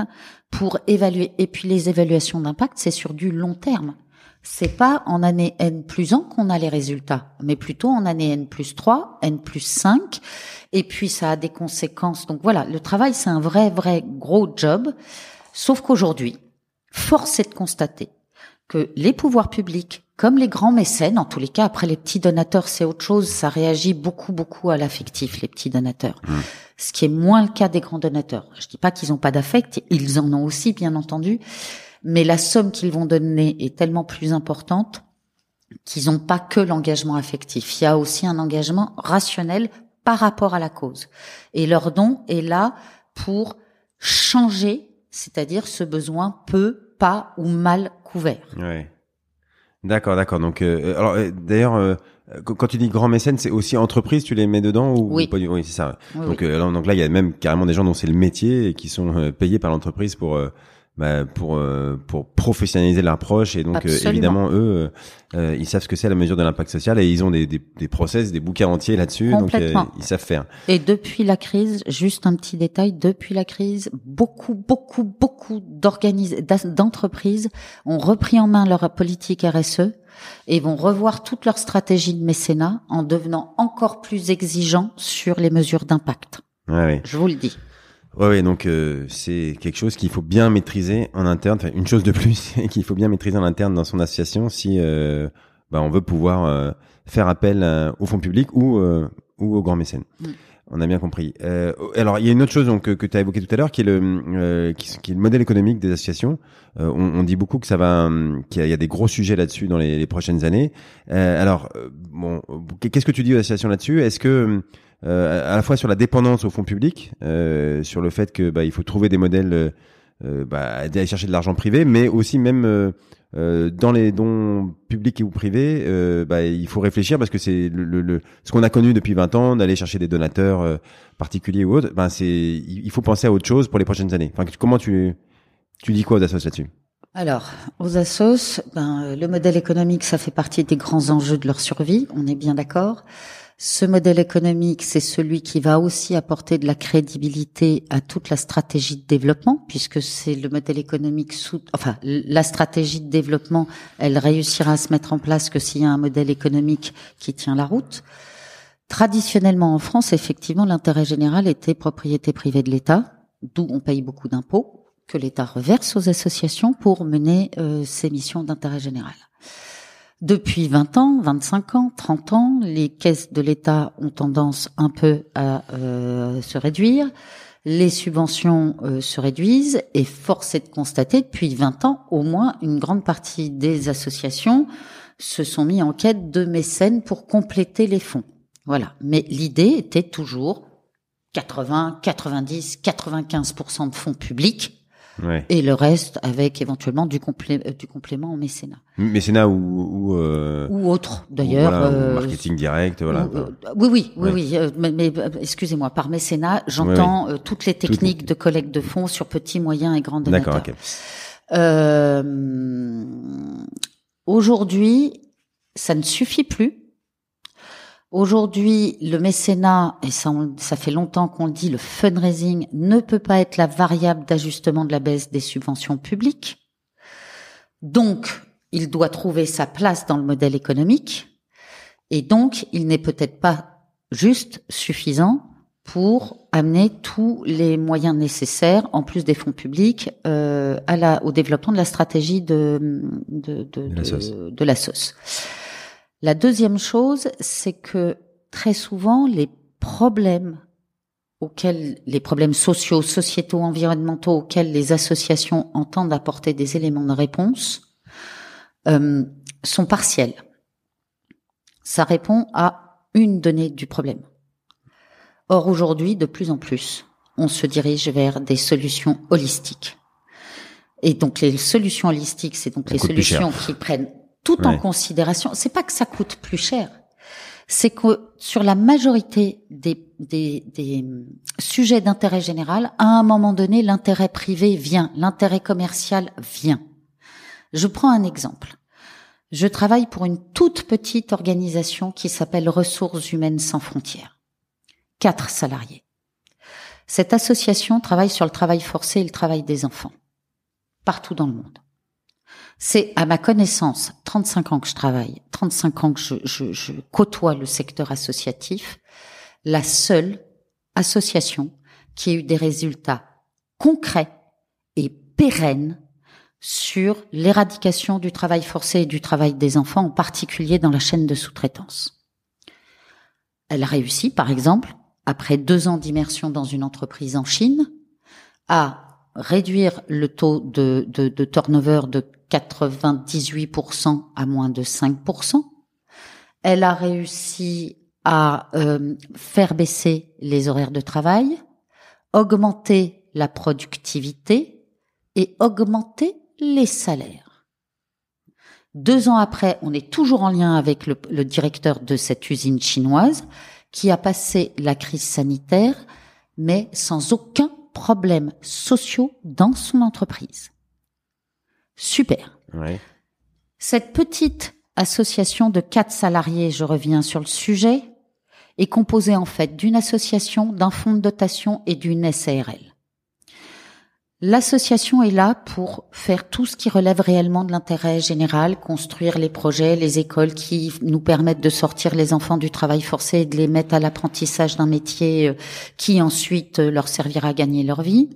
pour évaluer. Et puis les évaluations d'impact, c'est sur du long terme. C'est pas en année N+1 qu'on a les résultats, mais plutôt en année N+3, N+5. Et puis ça a des conséquences. Donc voilà, le travail, c'est un vrai gros job. Sauf qu'aujourd'hui, force est de constater que les pouvoirs publics, comme les grands mécènes, en tous les cas, après les petits donateurs, c'est autre chose, ça réagit beaucoup à l'affectif, les petits donateurs. Ce qui est moins le cas des grands donateurs. Je dis pas qu'ils n'ont pas d'affect, ils en ont aussi, bien entendu, mais la somme qu'ils vont donner est tellement plus importante qu'ils n'ont pas que l'engagement affectif. Il y a aussi un engagement rationnel par rapport à la cause. Et leur don est là pour changer, c'est-à-dire ce besoin peu, pas ou mal couvert. Ouais. D'accord. Donc, d'ailleurs, quand tu dis grand mécène, c'est aussi entreprise, tu les mets dedans ou Oui. pas oui, c'est ça. Oui, Donc là, il y a même carrément des gens dont c'est le métier et qui sont payés par l'entreprise pour professionnaliser l'approche et donc évidemment eux ils savent ce que c'est la mesure de l'impact social et ils ont des process, des bouquins entiers là-dessus, donc ils savent faire. Et depuis la crise, juste un petit détail, depuis la crise, beaucoup d'entreprises ont repris en main leur politique RSE et vont revoir toute leur stratégie de mécénat en devenant encore plus exigeants sur les mesures d'impact. Ouais. Je vous le dis. Ouais, donc c'est quelque chose qu'il faut bien maîtriser en interne. Enfin, une chose de plus qu'il faut bien maîtriser en interne dans son association si on veut pouvoir faire appel aux fonds publics ou aux grands mécènes. On a bien compris. Alors, il y a une autre chose donc que tu as évoqué tout à l'heure, qui est le modèle économique des associations. On dit beaucoup que qu'il y a des gros sujets là-dessus dans les prochaines années. Qu'est-ce que tu dis aux associations là-dessus? Est-ce que à la fois sur la dépendance aux fonds publics, sur le fait que il faut trouver des modèles d'aller chercher de l'argent privé, mais aussi même dans les dons publics ou privés, il faut réfléchir parce que c'est ce qu'on a connu depuis 20 ans d'aller chercher des donateurs particuliers ou autres. Il faut penser à autre chose pour les prochaines années. Enfin, comment tu dis quoi aux assos là-dessus? Alors, aux assos, le modèle économique, ça fait partie des grands enjeux de leur survie. On est bien d'accord. Ce modèle économique, c'est celui qui va aussi apporter de la crédibilité à toute la stratégie de développement, puisque c'est le modèle économique la stratégie de développement, elle réussira à se mettre en place que s'il y a un modèle économique qui tient la route. Traditionnellement, en France, effectivement, l'intérêt général était propriété privée de l'État, d'où on paye beaucoup d'impôts, que l'État reverse aux associations pour mener ses missions d'intérêt général. Depuis 20 ans, 25 ans, 30 ans, les caisses de l'État ont tendance un peu à se réduire, les subventions se réduisent et force est de constater depuis 20 ans, au moins une grande partie des associations se sont mis en quête de mécènes pour compléter les fonds. Voilà. Mais l'idée était toujours 80, 90, 95% de fonds publics. Ouais. Et le reste avec éventuellement du complément en mécénat. Mécénat ou autre d'ailleurs. Ou marketing direct, voilà. Oui. Mais excusez-moi, par mécénat, j'entends toutes les techniques de collecte de fonds sur petits, moyens et grands donateurs. D'accord, ok. Aujourd'hui, ça ne suffit plus. Aujourd'hui, le mécénat, et ça fait longtemps qu'on le dit, le fundraising ne peut pas être la variable d'ajustement de la baisse des subventions publiques. Donc, il doit trouver sa place dans le modèle économique. Et donc, il n'est peut-être pas juste suffisant pour amener tous les moyens nécessaires, en plus des fonds publics, au développement de la stratégie de la SOS. La deuxième chose, c'est que très souvent, les problèmes sociaux, sociétaux, environnementaux auxquels les associations entendent apporter des éléments de réponse sont partiels. Ça répond à une donnée du problème. Or, aujourd'hui, de plus en plus, on se dirige vers des solutions holistiques. Et donc, les solutions holistiques, c'est donc les solutions qui prennent tout en considération. C'est pas que ça coûte plus cher, c'est que sur la majorité des sujets d'intérêt général, à un moment donné, l'intérêt privé vient, l'intérêt commercial vient. Je prends un exemple. Je travaille pour une toute petite organisation qui s'appelle Ressources Humaines Sans Frontières. 4 salariés. Cette association travaille sur le travail forcé et le travail des enfants. partout dans le monde. C'est, à ma connaissance, 35 ans que je travaille, 35 ans que je côtoie le secteur associatif, la seule association qui a eu des résultats concrets et pérennes sur l'éradication du travail forcé et du travail des enfants, en particulier dans la chaîne de sous-traitance. Elle a réussi, par exemple, après 2 ans d'immersion dans une entreprise en Chine, à réduire le taux de turnover de 98% à moins de 5%. Elle a réussi à faire baisser les horaires de travail, augmenter la productivité et augmenter les salaires. 2 ans après, on est toujours en lien avec le directeur de cette usine chinoise qui a passé la crise sanitaire, mais sans aucun problème sociaux dans son entreprise. Super. Ouais. Cette petite association de 4 salariés, je reviens sur le sujet, est composée en fait d'une association, d'un fonds de dotation et d'une SARL. L'association est là pour faire tout ce qui relève réellement de l'intérêt général, construire les projets, les écoles qui nous permettent de sortir les enfants du travail forcé et de les mettre à l'apprentissage d'un métier qui ensuite leur servira à gagner leur vie.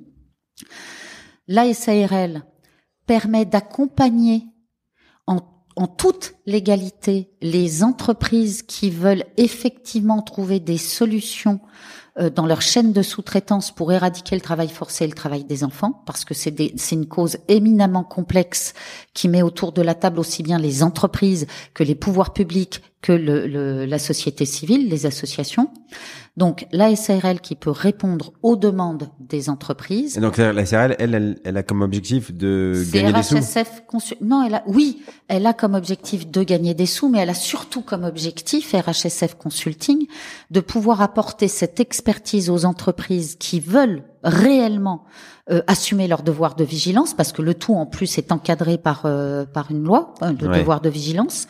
La SARL permet d'accompagner en toute légalité les entreprises qui veulent effectivement trouver des solutions dans leur chaîne de sous-traitance pour éradiquer le travail forcé et le travail des enfants, parce que c'est une cause éminemment complexe qui met autour de la table aussi bien les entreprises que les pouvoirs publics que la société civile, les associations. Donc la SARL qui peut répondre aux demandes des entreprises. Et donc la SARL, elle a comme objectif de gagner des sous. Non, elle a comme objectif de gagner des sous, mais elle a surtout comme objectif, RHSF Consulting, de pouvoir apporter cette expertise aux entreprises qui veulent réellement assumer leur devoir de vigilance, parce que le tout en plus est encadré par une loi, le devoir de vigilance.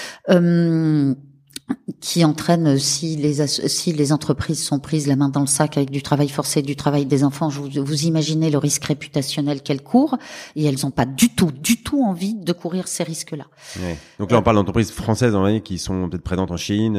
Qui entraîne, si les entreprises sont prises la main dans le sac avec du travail forcé, du travail des enfants, vous imaginez le risque réputationnel qu'elles courent, et elles n'ont pas du tout envie de courir ces risques-là. Ouais. Donc là, on parle d'entreprises françaises qui sont peut-être présentes en Chine.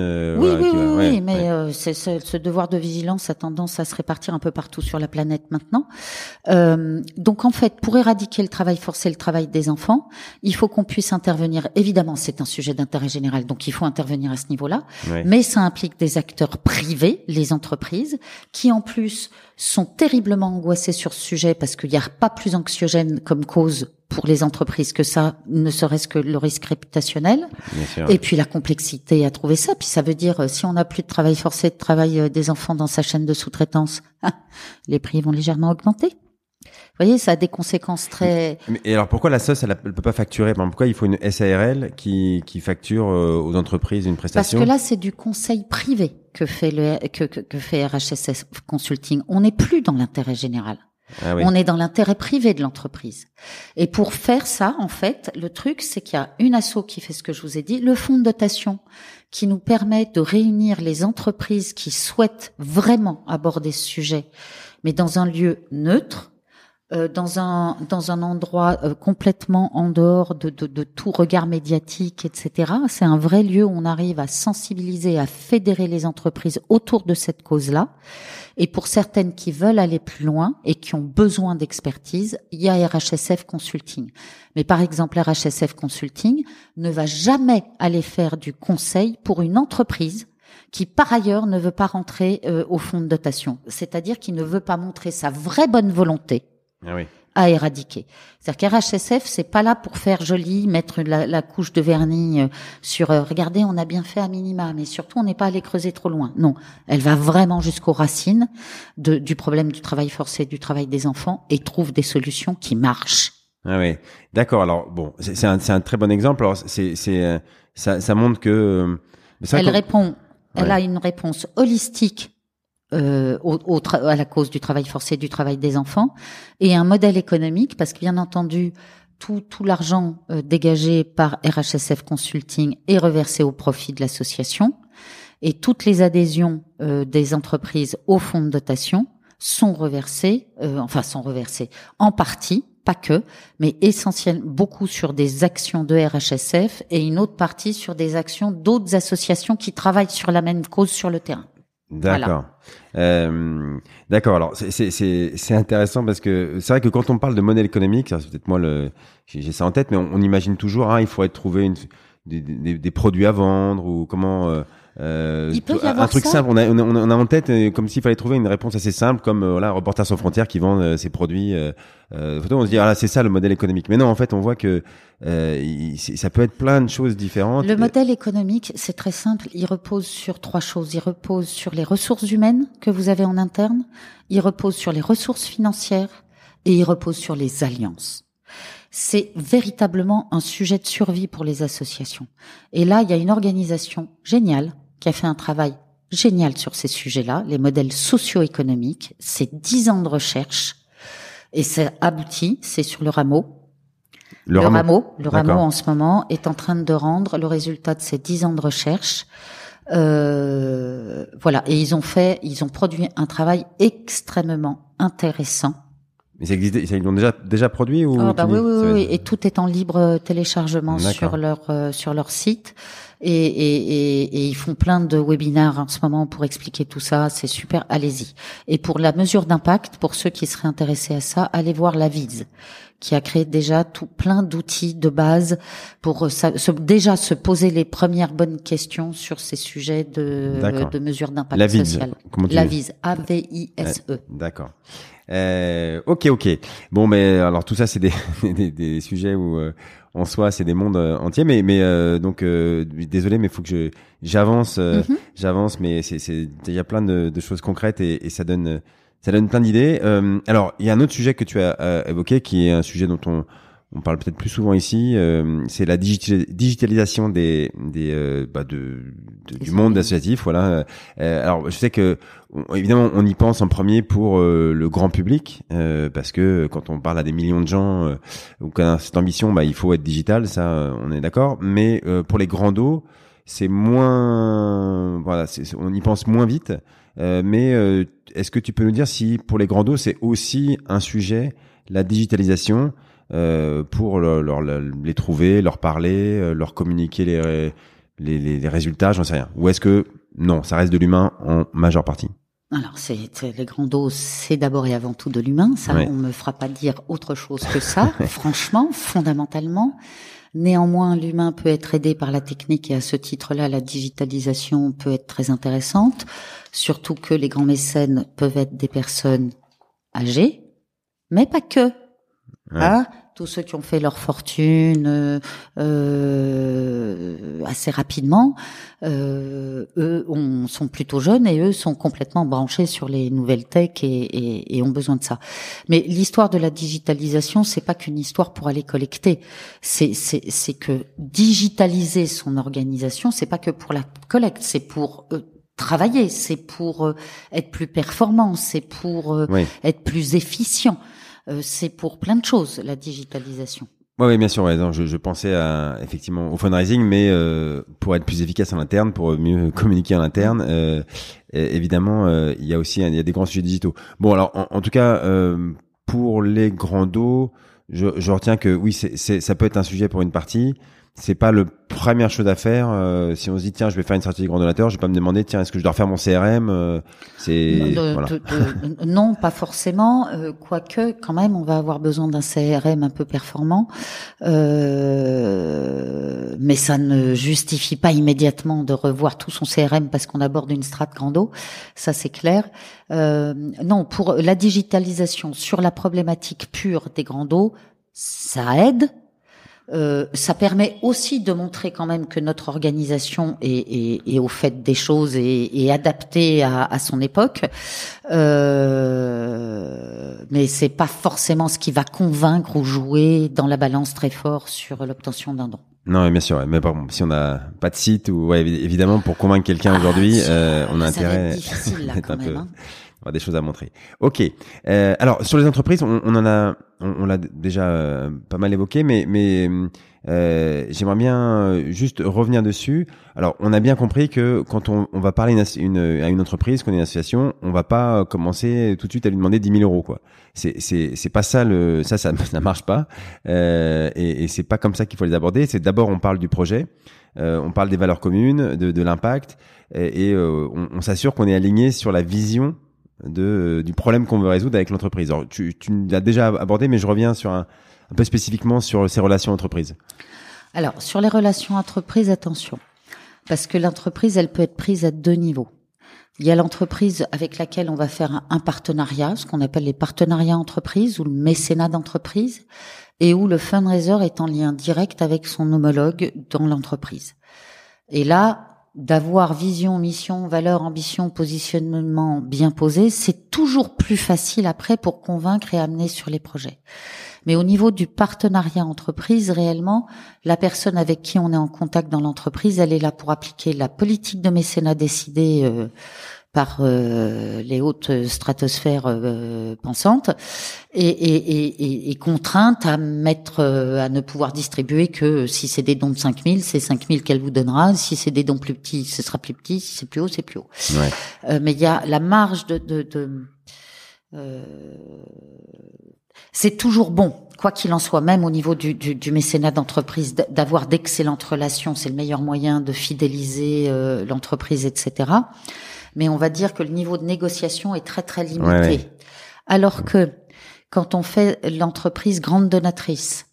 Mais ce devoir de vigilance a tendance à se répartir un peu partout sur la planète maintenant. Donc en fait, pour éradiquer le travail forcé, le travail des enfants, il faut qu'on puisse intervenir. Évidemment, c'est un sujet d'intérêt général, donc il faut intervenir à ce niveau-là, mais ça implique des acteurs privés, les entreprises, qui en plus sont terriblement angoissés sur ce sujet parce qu'il n'y a pas plus anxiogène comme cause pour les entreprises que ça, ne serait-ce que le risque réputationnel. Et puis la complexité à trouver ça. Puis ça veut dire, si on n'a plus de travail forcé, de travail des enfants dans sa chaîne de sous-traitance, les prix vont légèrement augmenter. Vous voyez, ça a des conséquences très... Et alors pourquoi la SOS, elle peut pas facturer? Pourquoi il faut une SARL qui facture aux entreprises une prestation? Parce que là, c'est du conseil privé que fait RHSF Consulting. On n'est plus dans l'intérêt général. Ah oui. On est dans l'intérêt privé de l'entreprise. Et pour faire ça, en fait, le truc, c'est qu'il y a une asso qui fait ce que je vous ai dit, le fonds de dotation, qui nous permet de réunir les entreprises qui souhaitent vraiment aborder ce sujet, mais dans un lieu neutre, dans un endroit complètement en dehors de tout regard médiatique, etc. C'est un vrai lieu où on arrive à sensibiliser, à fédérer les entreprises autour de cette cause-là. Et pour certaines qui veulent aller plus loin et qui ont besoin d'expertise, il y a RHSF Consulting. Mais par exemple, RHSF Consulting ne va jamais aller faire du conseil pour une entreprise qui par ailleurs ne veut pas rentrer au fonds de dotation. C'est-à-dire qui ne veut pas montrer sa vraie bonne volonté à éradiquer. C'est-à-dire qu'RHSF, c'est pas là pour faire joli, mettre la couche de vernis sur regardez, on a bien fait à minima, mais surtout on n'est pas allé creuser trop loin. Non, elle va vraiment jusqu'aux racines du problème du travail forcé, du travail des enfants, et trouve des solutions qui marchent. Ah oui, d'accord. Alors bon, c'est un très bon exemple. Alors ça montre que elle a une réponse holistique à la cause du travail forcé, du travail des enfants, et un modèle économique, parce que bien entendu, tout l'argent dégagé par RHSF Consulting est reversé au profit de l'association, et toutes les adhésions des entreprises au fonds de dotation sont reversées en partie pas que, mais essentiellement beaucoup sur des actions de RHSF et une autre partie sur des actions d'autres associations qui travaillent sur la même cause sur le terrain. D'accord. Voilà. D'accord. Alors c'est intéressant parce que c'est vrai que quand on parle de modèle économique, c'est peut-être moi j'ai ça en tête, mais on imagine toujours il faudrait trouver des produits à vendre ou comment il peut y avoir un truc ça. simple. On a en tête comme s'il fallait trouver une réponse assez simple, comme Reporters sans frontières qui vend ses produits. On se dit là c'est ça le modèle économique. Mais non, en fait on voit que ça peut être plein de choses différentes. Le modèle économique, c'est très simple. Il repose sur 3 choses. Il repose sur les ressources humaines que vous avez en interne. Il repose sur les ressources financières et il repose sur les alliances. C'est véritablement un sujet de survie pour les associations. Et là, il y a une organisation géniale qui a fait un travail génial sur ces sujets-là, les modèles socio-économiques. C'est 10 ans de recherche et c'est abouti. C'est sur le rameau. Le rameau en ce moment est en train de rendre le résultat de ces 10 ans de recherche. Voilà. Et ils ont produit un travail extrêmement intéressant. Mais ça existe, ils l'ont déjà produit ou oui. Et tout est en libre téléchargement sur leur site. Et ils font plein de webinaires en ce moment pour expliquer tout ça. C'est super. Allez-y. Et pour la mesure d'impact, pour ceux qui seraient intéressés à ça, allez voir la Vise, qui a créé déjà plein d'outils de base pour déjà se poser les premières bonnes questions sur ces sujets de mesure d'impact social. La Vise, A-V-I-S-E. D'accord. Ok. Bon, mais alors tout ça, c'est des sujets où en soi, c'est des mondes entiers. Mais donc désolé, mais il faut que j'avance, mais il y a plein de choses concrètes et ça donne plein d'idées. Alors, il y a un autre sujet que tu as évoqué, qui est un sujet dont on parle peut-être plus souvent ici, c'est la digitalisation du monde associatif. Voilà. Alors, je sais que évidemment, on y pense en premier pour le grand public, parce que quand on parle à des millions de gens, ou qu'on a cette ambition, il faut être digital, ça, on est d'accord. Mais pour les grands dos, c'est moins, voilà, on y pense moins vite. Mais est-ce que tu peux nous dire si pour les grands dos, c'est aussi un sujet, la digitalisation? Pour les trouver, leur parler, leur communiquer les résultats, j'en sais rien. Ou est-ce que non, ça reste de l'humain en majeure partie? Alors, les grands dos, c'est d'abord et avant tout de l'humain. Ça, on me fera pas dire autre chose que ça, franchement, fondamentalement. Néanmoins, l'humain peut être aidé par la technique et à ce titre-là, la digitalisation peut être très intéressante. Surtout que les grands mécènes peuvent être des personnes âgées, mais pas que. Tous ceux qui ont fait leur fortune assez rapidement, eux sont plutôt jeunes et eux sont complètement branchés sur les nouvelles tech et ont besoin de ça. Mais l'histoire de la digitalisation, c'est pas qu'une histoire pour aller collecter. C'est que digitaliser son organisation, c'est pas que pour la collecte, c'est pour travailler, c'est pour être plus performant, c'est pour être plus efficient. C'est pour plein de choses, la digitalisation. Oui, bien sûr. Ouais, non, je pensais effectivement au fundraising, mais pour être plus efficace en interne, pour mieux communiquer en interne, évidemment, il y a des grands sujets digitaux. Bon, alors en tout cas, pour les grands dos, je retiens que oui, ça peut être un sujet pour une partie. C'est pas le première chose à faire. Si on se dit tiens, je vais faire une stratégie grand donateur, je vais pas me demander tiens, est-ce que je dois refaire mon CRM Non, pas forcément. Quoique, quand même, on va avoir besoin d'un CRM un peu performant, mais ça ne justifie pas immédiatement de revoir tout son CRM parce qu'on aborde une strate grand dos. Ça, c'est clair. Non, pour la digitalisation sur la problématique pure des grands dos, ça aide. Ça permet aussi de montrer quand même que notre organisation est au fait des choses et adaptée à son époque. Mais c'est pas forcément ce qui va convaincre ou jouer dans la balance très fort sur l'obtention d'un don. Non, bien sûr. Mais bon, si on n'a pas de site ou évidemment pour convaincre quelqu'un aujourd'hui, on a intérêt difficile là quand même. On a des choses à montrer. Ok. Alors sur les entreprises, on l'a déjà pas mal évoqué, mais j'aimerais bien juste revenir dessus. Alors, on a bien compris que quand on va parler à une entreprise, qu'on est une association, on va pas commencer tout de suite à lui demander 10 000 euros, quoi. C'est pas ça ça marche pas. Et c'est pas comme ça qu'il faut les aborder. C'est d'abord on parle du projet, on parle des valeurs communes, de l'impact, et on s'assure qu'on est aligné sur la vision du problème qu'on veut résoudre avec l'entreprise. Alors, tu l'as déjà abordé, mais je reviens sur un peu spécifiquement sur ces relations entreprises. Alors, sur les relations entreprises, attention. Parce que l'entreprise, elle peut être prise à 2 niveaux. Il y a l'entreprise avec laquelle on va faire un partenariat, ce qu'on appelle les partenariats entreprises ou le mécénat d'entreprise, et où le fundraiser est en lien direct avec son homologue dans l'entreprise. Et là, d'avoir vision, mission, valeur, ambition, positionnement bien posé, c'est toujours plus facile après pour convaincre et amener sur les projets. Mais au niveau du partenariat entreprise, réellement, la personne avec qui on est en contact dans l'entreprise, elle est là pour appliquer la politique de mécénat décidée par les hautes stratosphères pensantes et contrainte à à ne pouvoir distribuer que si c'est des dons de 5 000, c'est 5 000 qu'elle vous donnera. Si c'est des dons plus petits, ce sera plus petit. Si c'est plus haut, c'est plus haut. Ouais. Mais il y a la marge c'est toujours bon, quoi qu'il en soit, même au niveau du mécénat d'entreprise, d'avoir d'excellentes relations. C'est le meilleur moyen de fidéliser l'entreprise, etc. Mais on va dire que le niveau de négociation est très, très limité. Ouais. Alors que quand on fait l'entreprise grande donatrice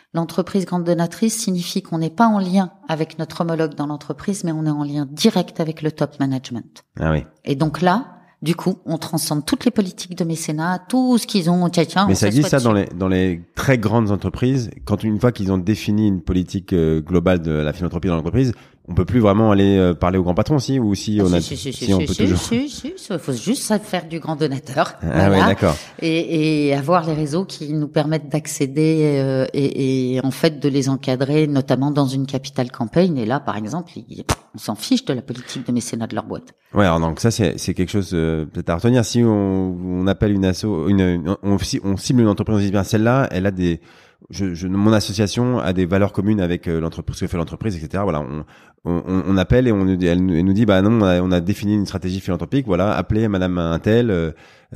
signifie qu'on n'est pas en lien avec notre homologue dans l'entreprise, mais on est en lien direct avec le top management. Ah oui. Et donc là, du coup, on transcende toutes les politiques de mécénat, tout ce qu'ils ont. Mais ça existe ça dans les très grandes entreprises. Quand une fois qu'ils ont défini une politique globale de la philanthropie dans l'entreprise, on peut plus vraiment aller parler au grand patron, si ou si on a si, on peut toujours. Il faut juste faire du grand donateur. Ah voilà. ouais, d'accord. Et avoir les réseaux qui nous permettent d'accéder et en fait de les encadrer, notamment dans une capital campaign. Et là, par exemple, on s'en fiche de la politique de mécénat de leur boîte. Ouais, alors donc ça c'est quelque chose peut-être à retenir. Si on appelle une asso, on cible une entreprise, on dit bien celle-là, elle a des mon association a des valeurs communes avec l'entreprise, ce que fait l'entreprise, etc. Voilà, on appelle et elle nous dit bah non, on a défini une stratégie philanthropique. Voilà, appelez Madame Untel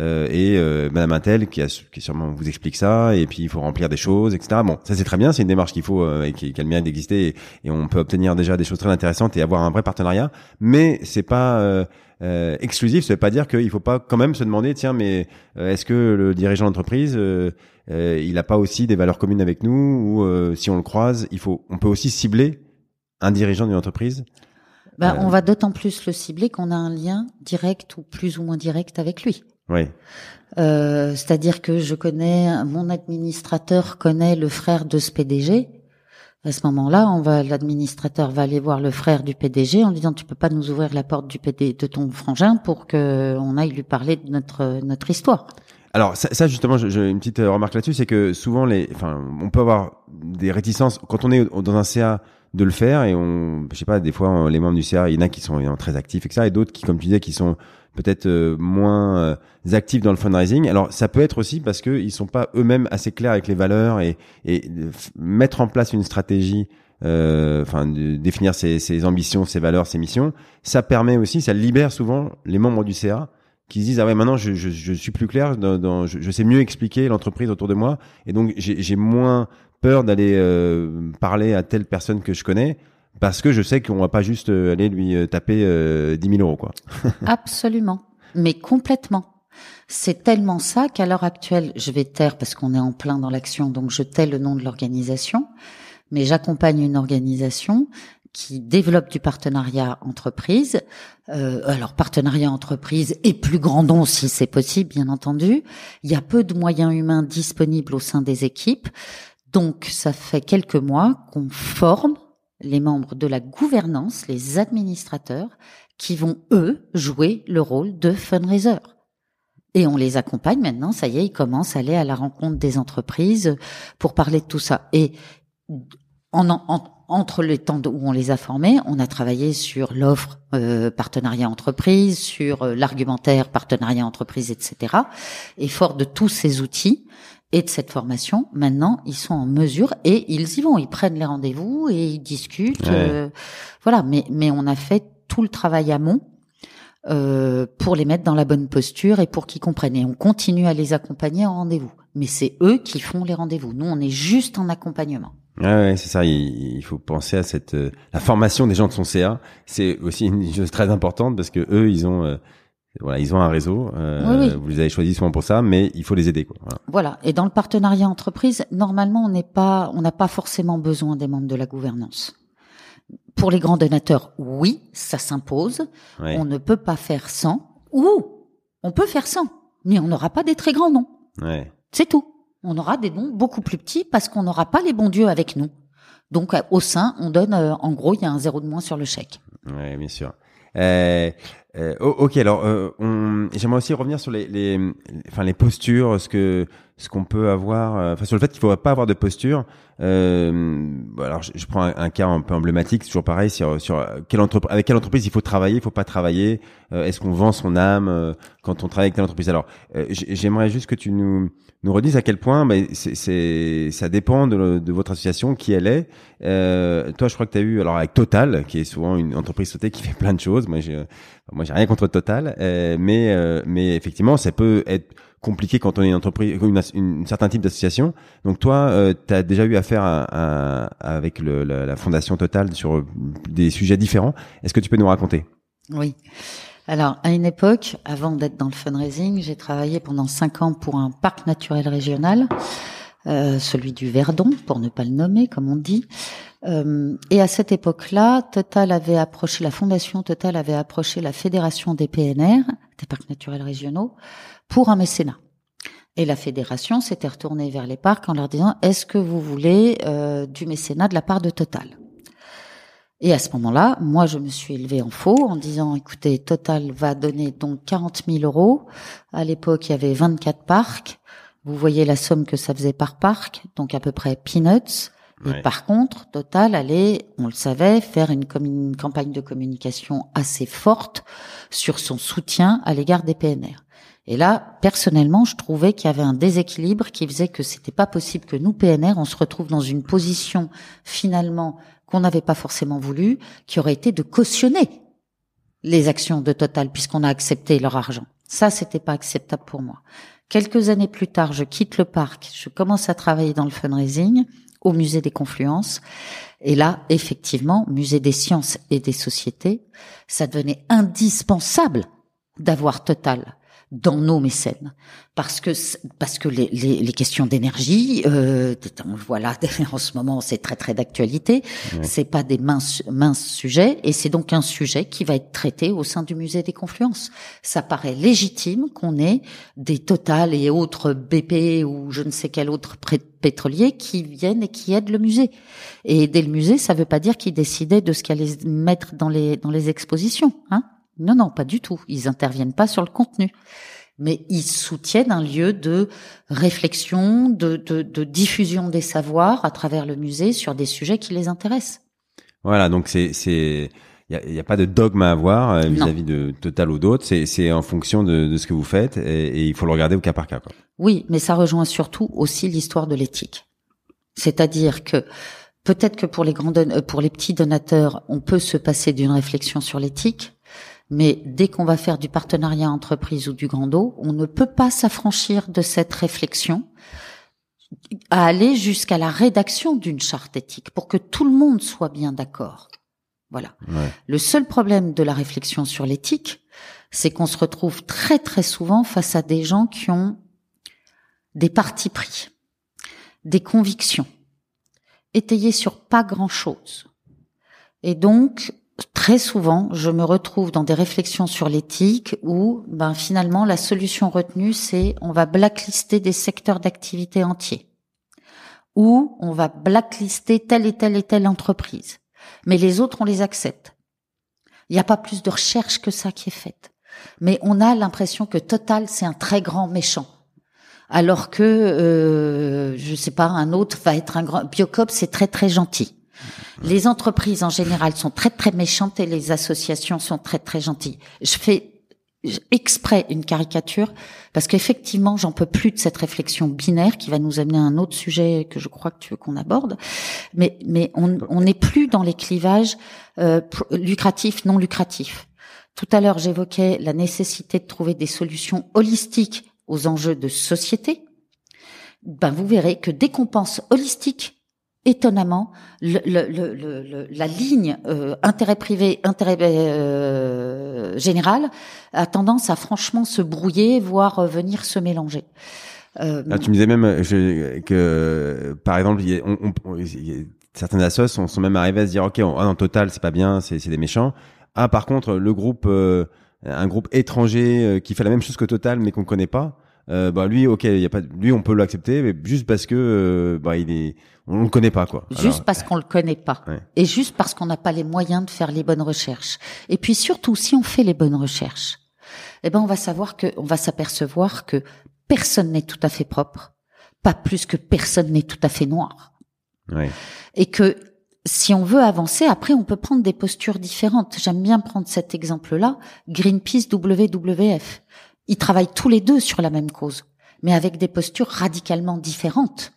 Madame Untel qui sûrement vous explique ça, et puis il faut remplir des choses, etc. Bon, ça c'est très bien, c'est une démarche qu'il faut et qui a le mérite d'exister, et on peut obtenir déjà des choses très intéressantes et avoir un vrai partenariat. Mais c'est pas exclusif. Ça veut pas dire qu'il faut pas quand même se demander tiens, mais est-ce que le dirigeant d'entreprise il a pas aussi des valeurs communes avec nous, ou si on le croise, on peut aussi cibler un dirigeant d'une entreprise. On va d'autant plus le cibler qu'on a un lien direct ou plus ou moins direct avec lui. Oui. C'est-à-dire que mon administrateur connaît le frère de ce PDG. À ce moment-là, l'administrateur va aller voir le frère du PDG en lui disant tu peux pas nous ouvrir la porte de ton frangin pour que on aille lui parler de notre histoire. Alors ça justement, j'ai une petite remarque là-dessus, c'est que souvent on peut avoir des réticences quand on est dans un CA de le faire, et je sais pas, des fois les membres du CA, il y en a qui sont très actifs, etc., et d'autres qui, comme tu disais, qui sont peut-être moins actifs dans le fundraising. Alors ça peut être aussi parce que ils sont pas eux-mêmes assez clairs avec les valeurs, et mettre en place une stratégie, définir ses ambitions, ses valeurs, ses missions, ça permet aussi, ça libère souvent les membres du CA qui se disent ah ouais, maintenant je suis plus clair je sais mieux expliquer l'entreprise autour de moi, et donc j'ai moins peur d'aller parler à telle personne que je connais, parce que je sais qu'on va pas juste aller lui taper 10 000 euros, quoi. Absolument, mais complètement. C'est tellement ça qu'à l'heure actuelle, je vais taire parce qu'on est en plein dans l'action, donc je tais le nom de l'organisation, mais j'accompagne une organisation qui développe du partenariat entreprise. Alors partenariat entreprise et plus grand don si c'est possible, bien entendu. Il y a peu de moyens humains disponibles au sein des équipes. Donc ça fait quelques mois qu'on forme les membres de la gouvernance, les administrateurs, qui vont, eux, jouer le rôle de fundraiser. Et on les accompagne maintenant, ça y est, ils commencent à aller à la rencontre des entreprises pour parler de tout ça. Et entre les temps où on les a formés, on a travaillé sur l'offre partenariat entreprise, sur l'argumentaire partenariat entreprise, etc. Et fort de tous ces outils et de cette formation, maintenant, ils sont en mesure et ils y vont, ils prennent les rendez-vous et ils discutent. Voilà, mais on a fait tout le travail amont pour les mettre dans la bonne posture et pour qu'ils comprennent. Et on continue à les accompagner en rendez-vous. Mais c'est eux qui font les rendez-vous. Nous, on est juste en accompagnement. Ouais, c'est ça. Il faut penser à la formation des gens de son CA. C'est aussi une chose très importante parce que eux, ils ont un réseau. Oui. Vous les avez choisis souvent pour ça, mais il faut les aider, quoi. Voilà. Et dans le partenariat entreprise, normalement, on n'a pas forcément besoin des membres de la gouvernance. Pour les grands donateurs, oui, ça s'impose. Ouais. On ne peut pas faire sans. Ou on peut faire sans, mais on n'aura pas des très grands noms. Ouais. C'est tout. On aura des noms beaucoup plus petits parce qu'on n'aura pas les bons dieux avec nous. Donc, au sein, on donne, en gros, il y a un 0 de moins sur le chèque. Oui, bien sûr. Ok, alors j'aimerais aussi revenir sur les postures, ce qu'on peut avoir, sur le fait qu'il ne faut pas avoir de posture. Alors je prends un cas un peu emblématique, c'est toujours pareil sur avec quelle entreprise il faut travailler, il faut pas travailler. Est-ce qu'on vend son âme quand on travaille avec telle entreprise? Alors j'aimerais juste que tu nous redises à quel point ça dépend de votre association, qui elle est. Toi, je crois que tu as eu, alors avec Total, qui est souvent une entreprise sautée qui fait plein de choses. Moi j'ai rien contre Total, mais effectivement ça peut être compliqué quand on est une entreprise, une certain type d'association. Donc toi, tu as déjà eu affaire avec la fondation Total sur des sujets différents. Est-ce que tu peux nous raconter? Oui. Alors, à une époque, avant d'être dans le fundraising, j'ai travaillé pendant 5 ans pour un parc naturel régional, celui du Verdon, pour ne pas le nommer, comme on dit. Et à cette époque-là, la fondation Total avait approché la fédération des PNR, des parcs naturels régionaux, pour un mécénat. Et la fédération s'était retournée vers les parcs en leur disant « Est-ce que vous voulez du mécénat de la part de Total ?» Et à ce moment-là, moi, je me suis élevée en faux en disant « Écoutez, Total va donner donc 40 000 euros. À l'époque, il y avait 24 parcs. Vous voyez la somme que ça faisait par parc, donc à peu près peanuts. Et ouais. Par contre, Total allait, on le savait, faire une campagne de communication assez forte sur son soutien à l'égard des PNR. Et là, personnellement, je trouvais qu'il y avait un déséquilibre qui faisait que c'était pas possible que nous, PNR, on se retrouve dans une position, finalement, qu'on n'avait pas forcément voulu, qui aurait été de cautionner les actions de Total, puisqu'on a accepté leur argent. Ça, c'était pas acceptable pour moi. Quelques années plus tard, je quitte le parc, je commence à travailler dans le fundraising, au musée des Confluences. Et là, effectivement, musée des sciences et des sociétés, ça devenait indispensable d'avoir Total dans nos mécènes, parce que les questions d'énergie, voilà, en ce moment c'est très très d'actualité. Ouais. C'est pas des minces sujets, et c'est donc un sujet qui va être traité au sein du musée des Confluences. Ça paraît légitime qu'on ait des Total et autres BP ou je ne sais quel autre pétrolier qui viennent et qui aident le musée. Et aider le musée, ça veut pas dire qu'ils décidaient de ce qu'ils allaient mettre dans les expositions, hein. Non, pas du tout. Ils interviennent pas sur le contenu. Mais ils soutiennent un lieu de réflexion, de diffusion des savoirs à travers le musée sur des sujets qui les intéressent. Voilà, donc il y a pas de dogme à avoir vis-à-vis de Total ou d'autres. C'est en fonction de ce que vous faites et il faut le regarder au cas par cas, quoi. Oui, mais ça rejoint surtout aussi l'histoire de l'éthique. C'est-à-dire que peut-être que pour les petits donateurs, on peut se passer d'une réflexion sur l'éthique. Mais dès qu'on va faire du partenariat entreprise ou du grand eau, on ne peut pas s'affranchir de cette réflexion à aller jusqu'à la rédaction d'une charte éthique pour que tout le monde soit bien d'accord. Voilà. Ouais. Le seul problème de la réflexion sur l'éthique, c'est qu'on se retrouve très très souvent face à des gens qui ont des partis pris, des convictions, étayées sur pas grand-chose. Et donc, très souvent, je me retrouve dans des réflexions sur l'éthique où, finalement, la solution retenue, c'est on va blacklister des secteurs d'activité entiers, ou on va blacklister telle et telle entreprise, mais les autres, on les accepte. Il n'y a pas plus de recherche que ça qui est faite, mais on a l'impression que Total, c'est un très grand méchant, alors que, je sais pas, un autre va être un grand Biocop, c'est très très gentil. Les entreprises en général sont très très méchantes et les associations sont très très gentilles. Je fais exprès une caricature parce qu'effectivement j'en peux plus de cette réflexion binaire qui va nous amener à un autre sujet que je crois que tu veux qu'on aborde, mais on n'est plus dans les clivages lucratifs non lucratifs. Tout à l'heure j'évoquais la nécessité de trouver des solutions holistiques aux enjeux de société. Ben vous verrez que dès qu'on pense holistique, étonnamment, la ligne intérêt privé, intérêt général a tendance à franchement se brouiller, voire venir se mélanger. Là, tu me disais même que par exemple, certaines assos sont même arrivés à se dire ok, en total c'est pas bien, c'est des méchants. Ah, par contre, le groupe, un groupe étranger qui fait la même chose que Total mais qu'on connaît pas. Lui, ok, y a pas, lui, on peut l'accepter, mais juste parce que, on le connaît pas, quoi. Juste parce qu'on le connaît pas. Ouais. Et juste parce qu'on n'a pas les moyens de faire les bonnes recherches. Et puis surtout, si on fait les bonnes recherches, on va s'apercevoir que personne n'est tout à fait propre. Pas plus que personne n'est tout à fait noir. Ouais. Et que, si on veut avancer, après, on peut prendre des postures différentes. J'aime bien prendre cet exemple-là. Greenpeace, WWF. Ils travaillent tous les deux sur la même cause, mais avec des postures radicalement différentes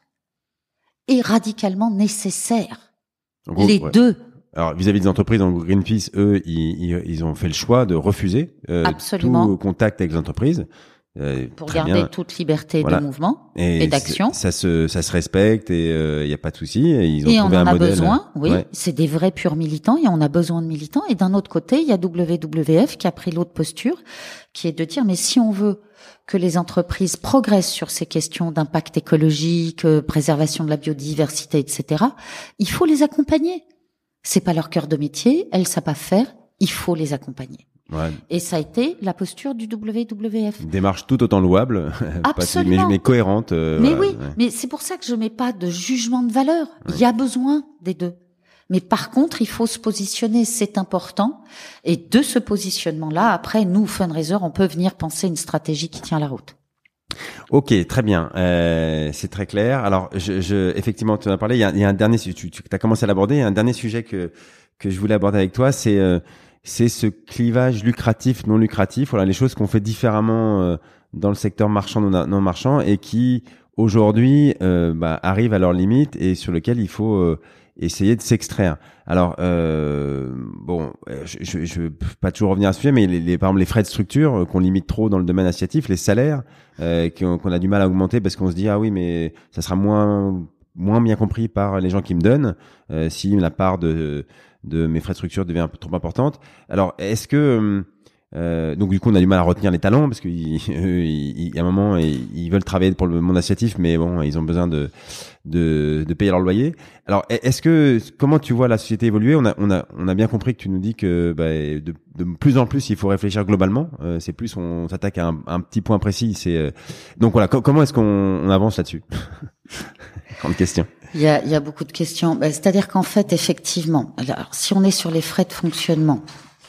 et radicalement nécessaires. Gros, les deux. Alors, vis-à-vis des entreprises, donc Greenpeace, eux, ils ont fait le choix de refuser tout contact avec les entreprises. Pour garder toute liberté de mouvement et d'action. Ça se respecte et il y a pas de souci. Ils ont trouvé un modèle. Et on en a besoin, oui. Ouais. C'est des vrais purs militants et on a besoin de militants. Et d'un autre côté, il y a WWF qui a pris l'autre posture, qui est de dire, mais si on veut que les entreprises progressent sur ces questions d'impact écologique, préservation de la biodiversité, etc., il faut les accompagner. C'est pas leur cœur de métier, elles savent pas faire, il faut les accompagner. Ouais. Et ça a été la posture du WWF. Une démarche tout autant louable, absolument, mais cohérente. Mais oui, mais c'est pour ça que je mets pas de jugement de valeur. Ouais. Il y a besoin des deux. Mais par contre, il faut se positionner, c'est important. Et de ce positionnement-là, après, nous, fundraisers, on peut venir penser une stratégie qui tient la route. Ok, très bien, c'est très clair. Alors, effectivement, tu en as parlé. Il y a un dernier, tu as commencé à l'aborder. Il y a un dernier sujet que je voulais aborder avec toi, c'est ce clivage lucratif, non lucratif. Voilà, les choses qu'on fait différemment dans le secteur marchand, non marchand, et qui aujourd'hui arrivent à leurs limites et sur lesquelles il faut essayer de s'extraire. Alors, je veux pas toujours revenir à ce sujet, mais par exemple les frais de structure qu'on limite trop dans le domaine associatif, les salaires qu'on a du mal à augmenter parce qu'on se dit ah oui mais ça sera moins bien compris par les gens qui me donnent si la part de mes frais de structure devient un peu trop importante. Alors, est-ce que donc du coup on a du mal à retenir les talents parce qu'il y a un moment ils veulent travailler pour le monde associatif, mais bon ils ont besoin de payer leur loyer. Alors comment tu vois la société évoluer? On a bien compris que tu nous dis que de plus en plus il faut réfléchir globalement. C'est plus on s'attaque à un petit point précis. Donc voilà, comment est-ce qu'on avance là-dessus? Grande question. Il y a beaucoup de questions. C'est-à-dire qu'en fait, effectivement, alors, si on est sur les frais de fonctionnement,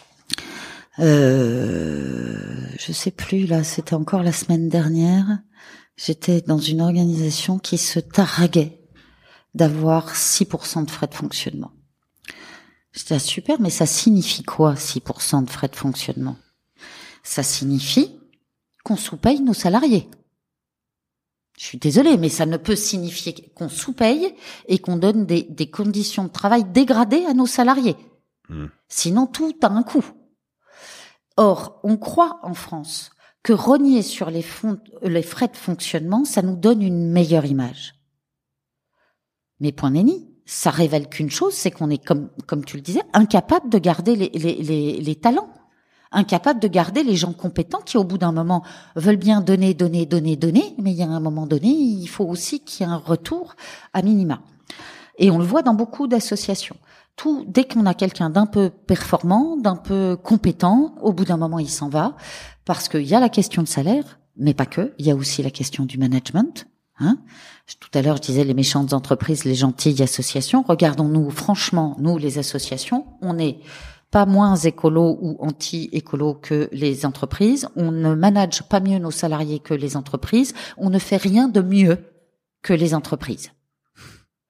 je sais plus, là, c'était encore la semaine dernière, j'étais dans une organisation qui se targuait d'avoir 6% de frais de fonctionnement. J'étais super, mais ça signifie quoi, 6% de frais de fonctionnement? Ça signifie qu'on sous-paye nos salariés. Je suis désolée, mais ça ne peut signifier qu'on sous-paye et qu'on donne des conditions de travail dégradées à nos salariés. Sinon, tout a un coût. Or, on croit en France que rogner sur les frais de fonctionnement, ça nous donne une meilleure image. Mais point nenni, ça révèle qu'une chose, c'est qu'on est, comme tu le disais, incapable de garder les talents. Incapable de garder les gens compétents qui, au bout d'un moment, veulent bien donner, mais il y a un moment donné, il faut aussi qu'il y ait un retour à minima. Et on le voit dans beaucoup d'associations. Dès qu'on a quelqu'un d'un peu performant, d'un peu compétent, au bout d'un moment, il s'en va, parce qu'il y a la question de salaire, mais pas que, il y a aussi la question du management. Tout à l'heure, je disais les méchantes entreprises, les gentilles associations. Regardons-nous, franchement, nous, les associations, on est pas moins écolo ou anti-écolo que les entreprises. On ne manage pas mieux nos salariés que les entreprises. On ne fait rien de mieux que les entreprises.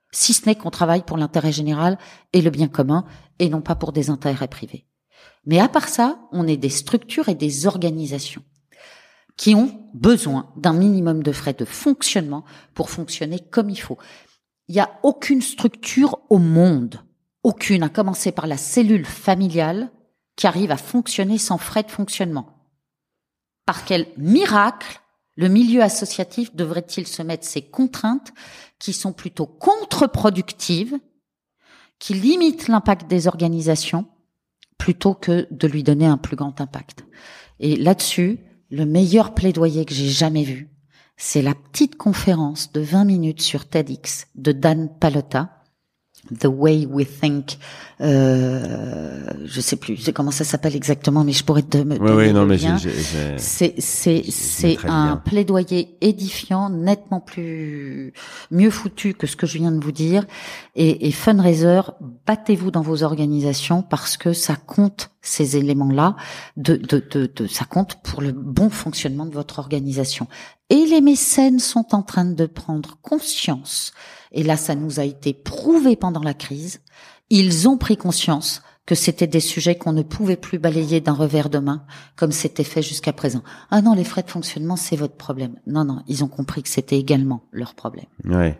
si ce n'est qu'on travaille pour l'intérêt général et le bien commun, et non pas pour des intérêts privés. Mais à part ça, on est des structures et des organisations qui ont besoin d'un minimum de frais de fonctionnement pour fonctionner comme il faut. Il n'y a aucune structure au monde, aucune, à commencer par la cellule familiale, qui arrive à fonctionner sans frais de fonctionnement. Par quel miracle le milieu associatif devrait-il se mettre ces contraintes qui sont plutôt contre-productives, qui limitent l'impact des organisations, plutôt que de lui donner un plus grand impact. Et là-dessus, le meilleur plaidoyer que j'ai jamais vu, c'est la petite conférence de 20 minutes sur TEDx de Dan Pallotta, The Way We Think, je sais plus, c'est comment ça s'appelle exactement, mais je pourrais te donner le lien. C'est un plaidoyer édifiant, nettement mieux foutu que ce que je viens de vous dire. Et Fundraiser, battez-vous dans vos organisations parce que ça compte, ces éléments-là, ça compte pour le bon fonctionnement de votre organisation. Et les mécènes sont en train de prendre conscience. Et là, ça nous a été prouvé pendant la crise. Ils ont pris conscience que c'était des sujets qu'on ne pouvait plus balayer d'un revers de main, comme c'était fait jusqu'à présent. Ah non, les frais de fonctionnement, c'est votre problème. Non, ils ont compris que c'était également leur problème. Ouais.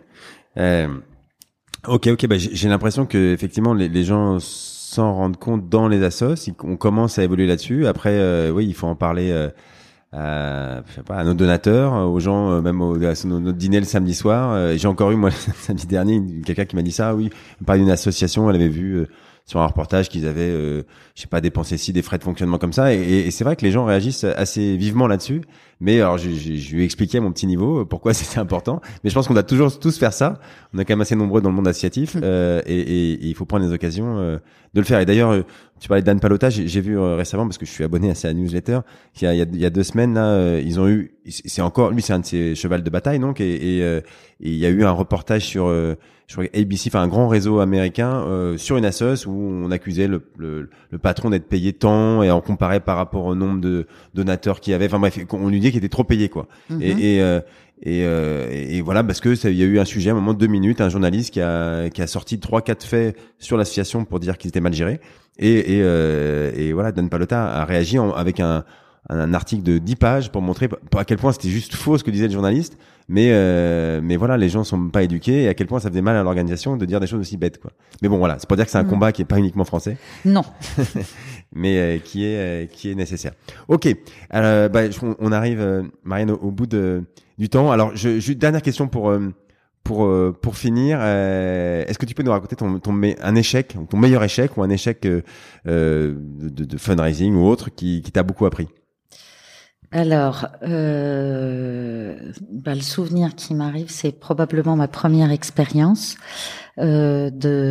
Ok. Bah, j'ai l'impression que effectivement, les gens s'en rendent compte dans les assos. On commence à évoluer là-dessus. Après, oui, il faut en parler. Je sais pas, à nos donateurs, aux gens, même à notre dîner le samedi soir. J'ai encore eu, moi, le samedi dernier, quelqu'un qui m'a dit ça, oui, on parlait d'une association, elle avait vu sur un reportage qu'ils avaient, je sais pas, dépensé des frais de fonctionnement comme ça, et c'est vrai que les gens réagissent assez vivement là-dessus. Mais alors, je lui ai expliqué à mon petit niveau pourquoi c'était important. Mais je pense qu'on doit toujours tous faire ça. On est quand même assez nombreux dans le monde associatif, et il faut prendre les occasions de le faire. Et d'ailleurs, tu parlais de Dan Pallotta, j'ai vu récemment, parce que je suis abonné à sa newsletter, qu'il y a 2 semaines là, ils ont eu, c'est encore, lui c'est un de ses chevals de bataille donc, et il y a eu un reportage sur je crois ABC, enfin un grand réseau américain, sur une assoce où on accusait le patron d'être payé tant, et on comparait par rapport au nombre de donateurs qu'il y avait. Enfin bref, on lui disait qu'il était trop payé quoi. Mm-hmm. Et voilà, parce que il y a eu un sujet à un moment de 2 minutes, un journaliste qui a sorti 3-4 faits sur l'association pour dire qu'ils étaient mal gérés. Et voilà, Dan Pallotta a réagi avec un article de 10 pages pour montrer à quel point c'était juste faux ce que disait le journaliste, mais voilà, les gens sont pas éduqués, et à quel point ça faisait mal à l'organisation de dire des choses aussi bêtes quoi. Mais bon voilà, c'est pour dire que c'est un combat qui est pas uniquement français. Non. Mais qui est nécessaire. OK. On arrive, Marianne, au bout du temps. Alors dernière question pour finir, est-ce que tu peux nous raconter un échec, ton meilleur échec, ou un échec de fundraising ou autre qui t'a beaucoup appris? Alors, le souvenir qui m'arrive, c'est probablement ma première expérience en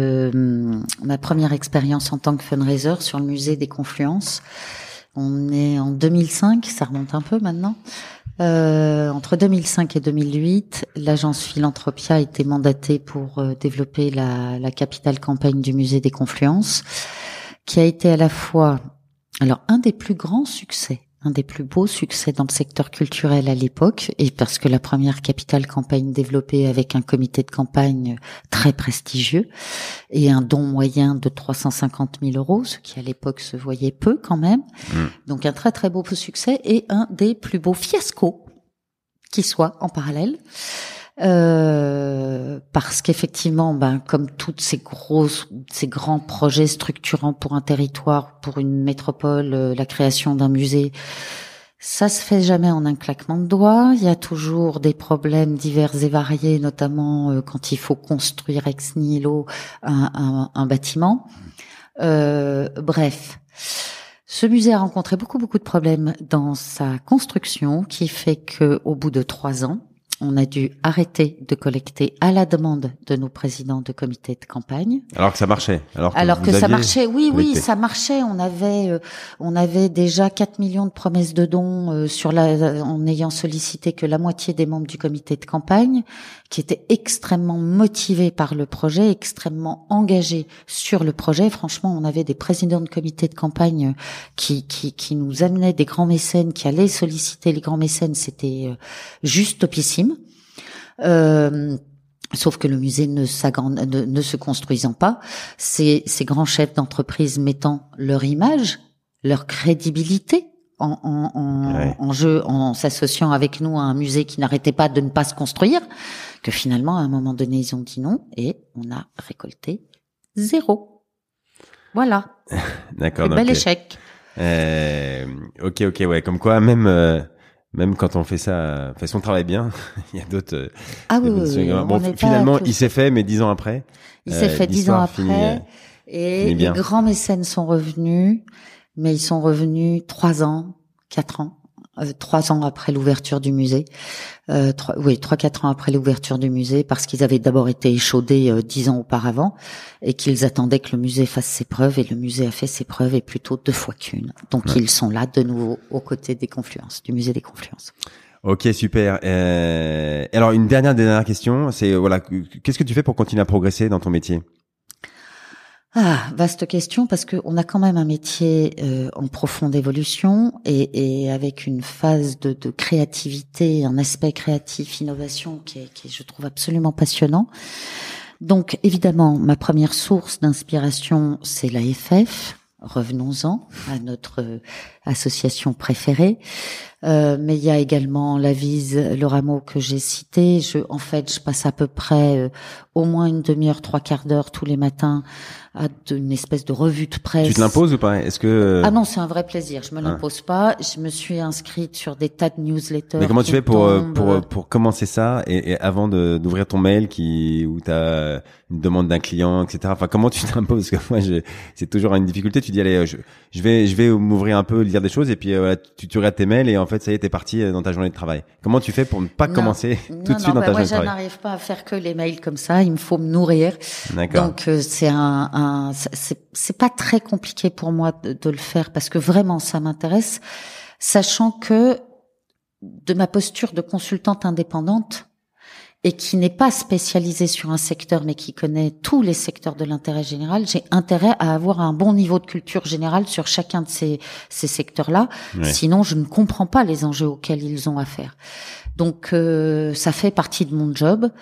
tant que fundraiser sur le musée des Confluences. On est en 2005, ça remonte un peu maintenant. Entre 2005 et 2008, l'agence Philanthropia a été mandatée pour développer la capital campagne du musée des Confluences, qui a été à la fois, alors, un des plus grands succès, un des plus beaux succès dans le secteur culturel à l'époque, et parce que la première capitale campagne développée avec un comité de campagne très prestigieux et un don moyen de 350 000 €, ce qui à l'époque se voyait peu quand même. Donc un très très beau succès, et un des plus beaux fiascos qui soit en parallèle. Parce qu'effectivement, comme toutes ces grands projets structurants pour un territoire, pour une métropole, la création d'un musée, ça se fait jamais en un claquement de doigts. Il y a toujours des problèmes divers et variés, notamment quand il faut construire ex nihilo un bâtiment. Bref. Ce musée a rencontré beaucoup de problèmes dans sa construction, qui fait que, au bout de 3 ans, on a dû arrêter de collecter à la demande de nos présidents de comité de campagne. Alors que ça marchait. Alors que ça marchait. Oui, ça marchait. On avait déjà 4 millions de promesses de dons en ayant sollicité que la moitié des membres du comité de campagne, qui étaient extrêmement motivés par le projet, extrêmement engagés sur le projet. Franchement, on avait des présidents de comité de campagne qui nous amenaient des grands mécènes, qui allaient solliciter les grands mécènes. C'était juste topissime. Sauf que le musée ne se construisant pas, ces grands chefs d'entreprise mettant leur image, leur crédibilité en jeu, en s'associant avec nous à un musée qui n'arrêtait pas de ne pas se construire, que finalement, à un moment donné, ils ont dit non et on a récolté 0. Voilà. D'accord. Un bel échec. Ok, ouais. Comme quoi, même quand on fait ça, fait son travail bien, il y a d'autres. Oui. Bon, finalement, il s'est fait, mais 10 ans après. Il s'est fait 10 ans après, et les grands mécènes sont revenus, mais ils sont revenus 3 ans, 4 ans. 3 ans après l'ouverture du musée, 3-4 ans après l'ouverture du musée, parce qu'ils avaient d'abord été échaudés 10 ans auparavant et qu'ils attendaient que le musée fasse ses preuves, et le musée a fait ses preuves et plutôt 2 fois qu'une. Donc ils sont là de nouveau aux côtés des Confluences, du musée des Confluences. Ok, super. Alors une dernière question, c'est voilà, qu'est-ce que tu fais pour continuer à progresser dans ton métier? Vaste question, parce que on a quand même un métier en profonde évolution et avec une phase de créativité, un aspect créatif, innovation qui est je trouve absolument passionnant. Donc évidemment, ma première source d'inspiration, c'est l'AFF. Revenons-en à notre association préférée. Mais il y a également l'Avise, le rameau que j'ai cité. Je passe à peu près au moins une demi-heure, 3/4 d'heure tous les matins à une espèce de revue de presse. Tu te l'imposes ou pas? Est-ce que non, c'est un vrai plaisir. Je me l'impose pas. Je me suis inscrite sur des tas de newsletters. Mais comment tu fais pour commencer ça et avant d'ouvrir ton mail où t'as une demande d'un client, etc. Enfin, comment tu t'imposes? Parce que moi, c'est toujours une difficulté. Tu dis allez, je vais m'ouvrir un peu, lire des choses, et puis tu regardes tes mails et en fait ça y est, t'es parti dans ta journée de travail. Comment tu fais pour ne pas commencer tout de suite dans ta journée de travail? Moi, je n'arrive pas à faire que les mails comme ça. Il me faut me nourrir. D'accord. Donc c'est pas très compliqué pour moi de le faire, parce que vraiment ça m'intéresse, sachant que de ma posture de consultante indépendante et qui n'est pas spécialisée sur un secteur mais qui connaît tous les secteurs de l'intérêt général, j'ai intérêt à avoir un bon niveau de culture générale sur chacun de ces secteurs-là. Ouais. Sinon, je ne comprends pas les enjeux auxquels ils ont affaire. Donc ça fait partie de mon job.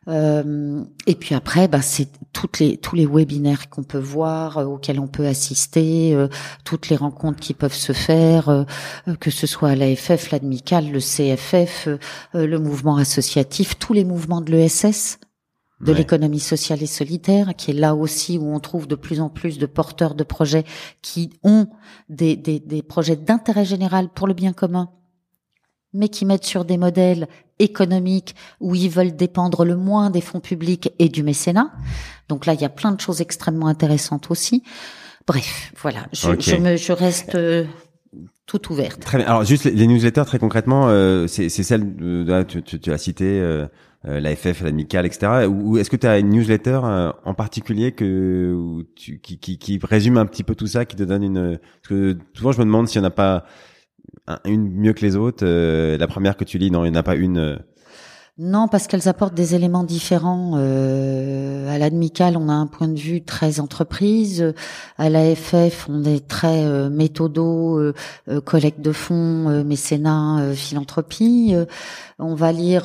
Et puis après, c'est tous les webinaires qu'on peut voir, auxquels on peut assister, toutes les rencontres qui peuvent se faire, que ce soit à l'AFF, l'ADMICAL, le CFF, le mouvement associatif, tous les mouvements de l'ESS, de l'économie sociale et solidaire, qui est là aussi où on trouve de plus en plus de porteurs de projets qui ont des projets d'intérêt général pour le bien commun, mais qui mettent sur des modèles économiques où ils veulent dépendre le moins des fonds publics et du mécénat. Donc là, il y a plein de choses extrêmement intéressantes aussi. Bref, voilà, je reste toute ouverte. Très bien. Alors juste les newsletters, très concrètement, c'est celle tu as cité l'AFF, l'ADMICAL, etc. Ou est-ce que tu as une newsletter en particulier qui résume un petit peu tout ça, qui te donne parce que souvent je me demande s'il y en a pas une mieux que les autres. La première que tu lis, non, il n'y en a pas une. Non, parce qu'elles apportent des éléments différents. À l'ADMICAL, on a un point de vue très entreprise. À l'AFF, on est très méthodo, collecte de fonds, mécénat, philanthropie. On va lire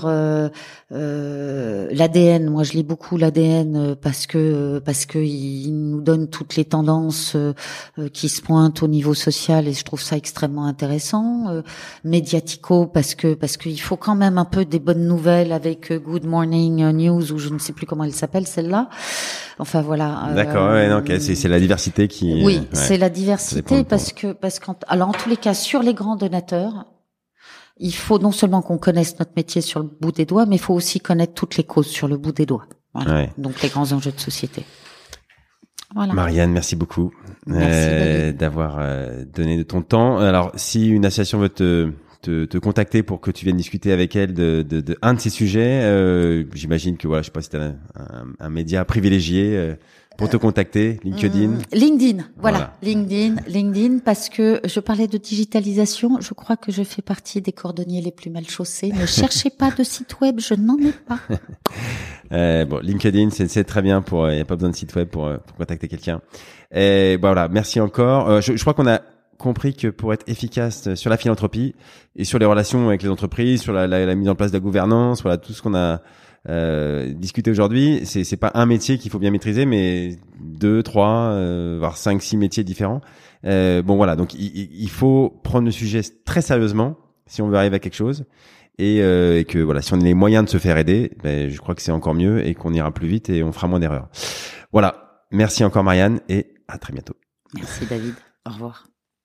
l'ADN. Moi, je lis beaucoup l'ADN parce que il nous donne toutes les tendances qui se pointent au niveau social, et je trouve ça extrêmement intéressant. Médiatico parce que il faut quand même un peu des bonnes nouvelles avec Good Morning News, ou je ne sais plus comment elle s'appelle celle-là. Enfin voilà. D'accord. C'est la diversité qui. Oui, c'est la diversité parce alors en tous les cas, sur les grands donateurs, il faut non seulement qu'on connaisse notre métier sur le bout des doigts, mais il faut aussi connaître toutes les causes sur le bout des doigts. Voilà. Ouais. Donc les grands enjeux de société. Voilà. Marianne, merci beaucoup d'avoir donné de ton temps. Alors, si une association veut te contacter pour que tu viennes discuter avec elle de un de ces sujets, j'imagine que je sais pas si tu as un média privilégié pour te contacter, LinkedIn. Voilà. LinkedIn, parce que je parlais de digitalisation, je crois que je fais partie des cordonniers les plus mal chaussés. Ne cherchez pas de site web, je n'en ai pas. LinkedIn, c'est très bien il y a pas besoin de site web pour contacter quelqu'un. Et voilà, merci encore. Je crois qu'on a compris que pour être efficace sur la philanthropie et sur les relations avec les entreprises, sur la mise en place de la gouvernance, voilà, tout ce qu'on a discuter aujourd'hui. C'est pas un métier qu'il faut bien maîtriser, mais 2, 3, voire 5, 6 métiers différents. Bon voilà, donc il faut prendre le sujet très sérieusement si on veut arriver à quelque chose. Et que voilà, si on a les moyens de se faire aider, je crois que c'est encore mieux et qu'on ira plus vite et on fera moins d'erreurs. Voilà, merci encore Marianne et à très bientôt. Merci David, au revoir.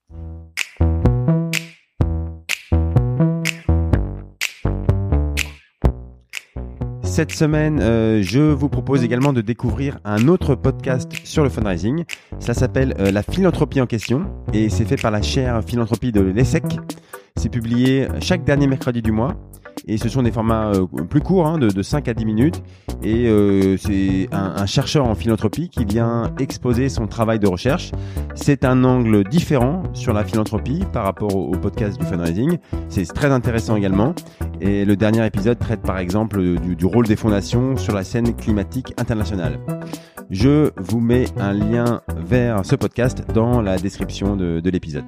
Cette semaine, je vous propose également de découvrir un autre podcast sur le fundraising. Ça s'appelle La philanthropie en question et c'est fait par la chaire philanthropie de l'ESSEC. C'est publié chaque dernier mercredi du mois et ce sont des formats plus courts, de 5 à 10 minutes. Et c'est un chercheur en philanthropie qui vient exposer son travail de recherche. C'est un angle différent sur la philanthropie par rapport au podcast du fundraising. C'est très intéressant également. Et le dernier épisode traite par exemple du rôle des fondations sur la scène climatique internationale. Je vous mets un lien vers ce podcast dans la description de l'épisode.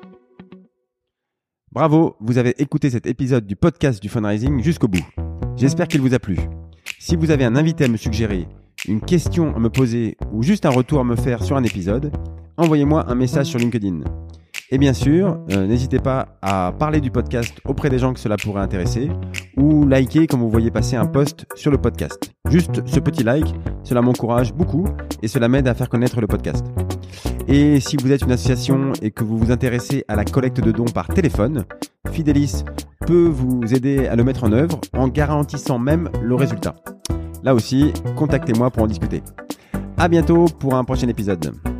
Bravo, vous avez écouté cet épisode du podcast du fundraising jusqu'au bout. J'espère qu'il vous a plu. Si vous avez un invité à me suggérer, une question à me poser ou juste un retour à me faire sur un épisode, envoyez-moi un message sur LinkedIn. Et bien sûr, n'hésitez pas à parler du podcast auprès des gens que cela pourrait intéresser ou liker quand vous voyez passer un post sur le podcast. Juste ce petit like, cela m'encourage beaucoup et cela m'aide à faire connaître le podcast. Et si vous êtes une association et que vous vous intéressez à la collecte de dons par téléphone, Fidelis peut vous aider à le mettre en œuvre en garantissant même le résultat. Là aussi, contactez-moi pour en discuter. À bientôt pour un prochain épisode.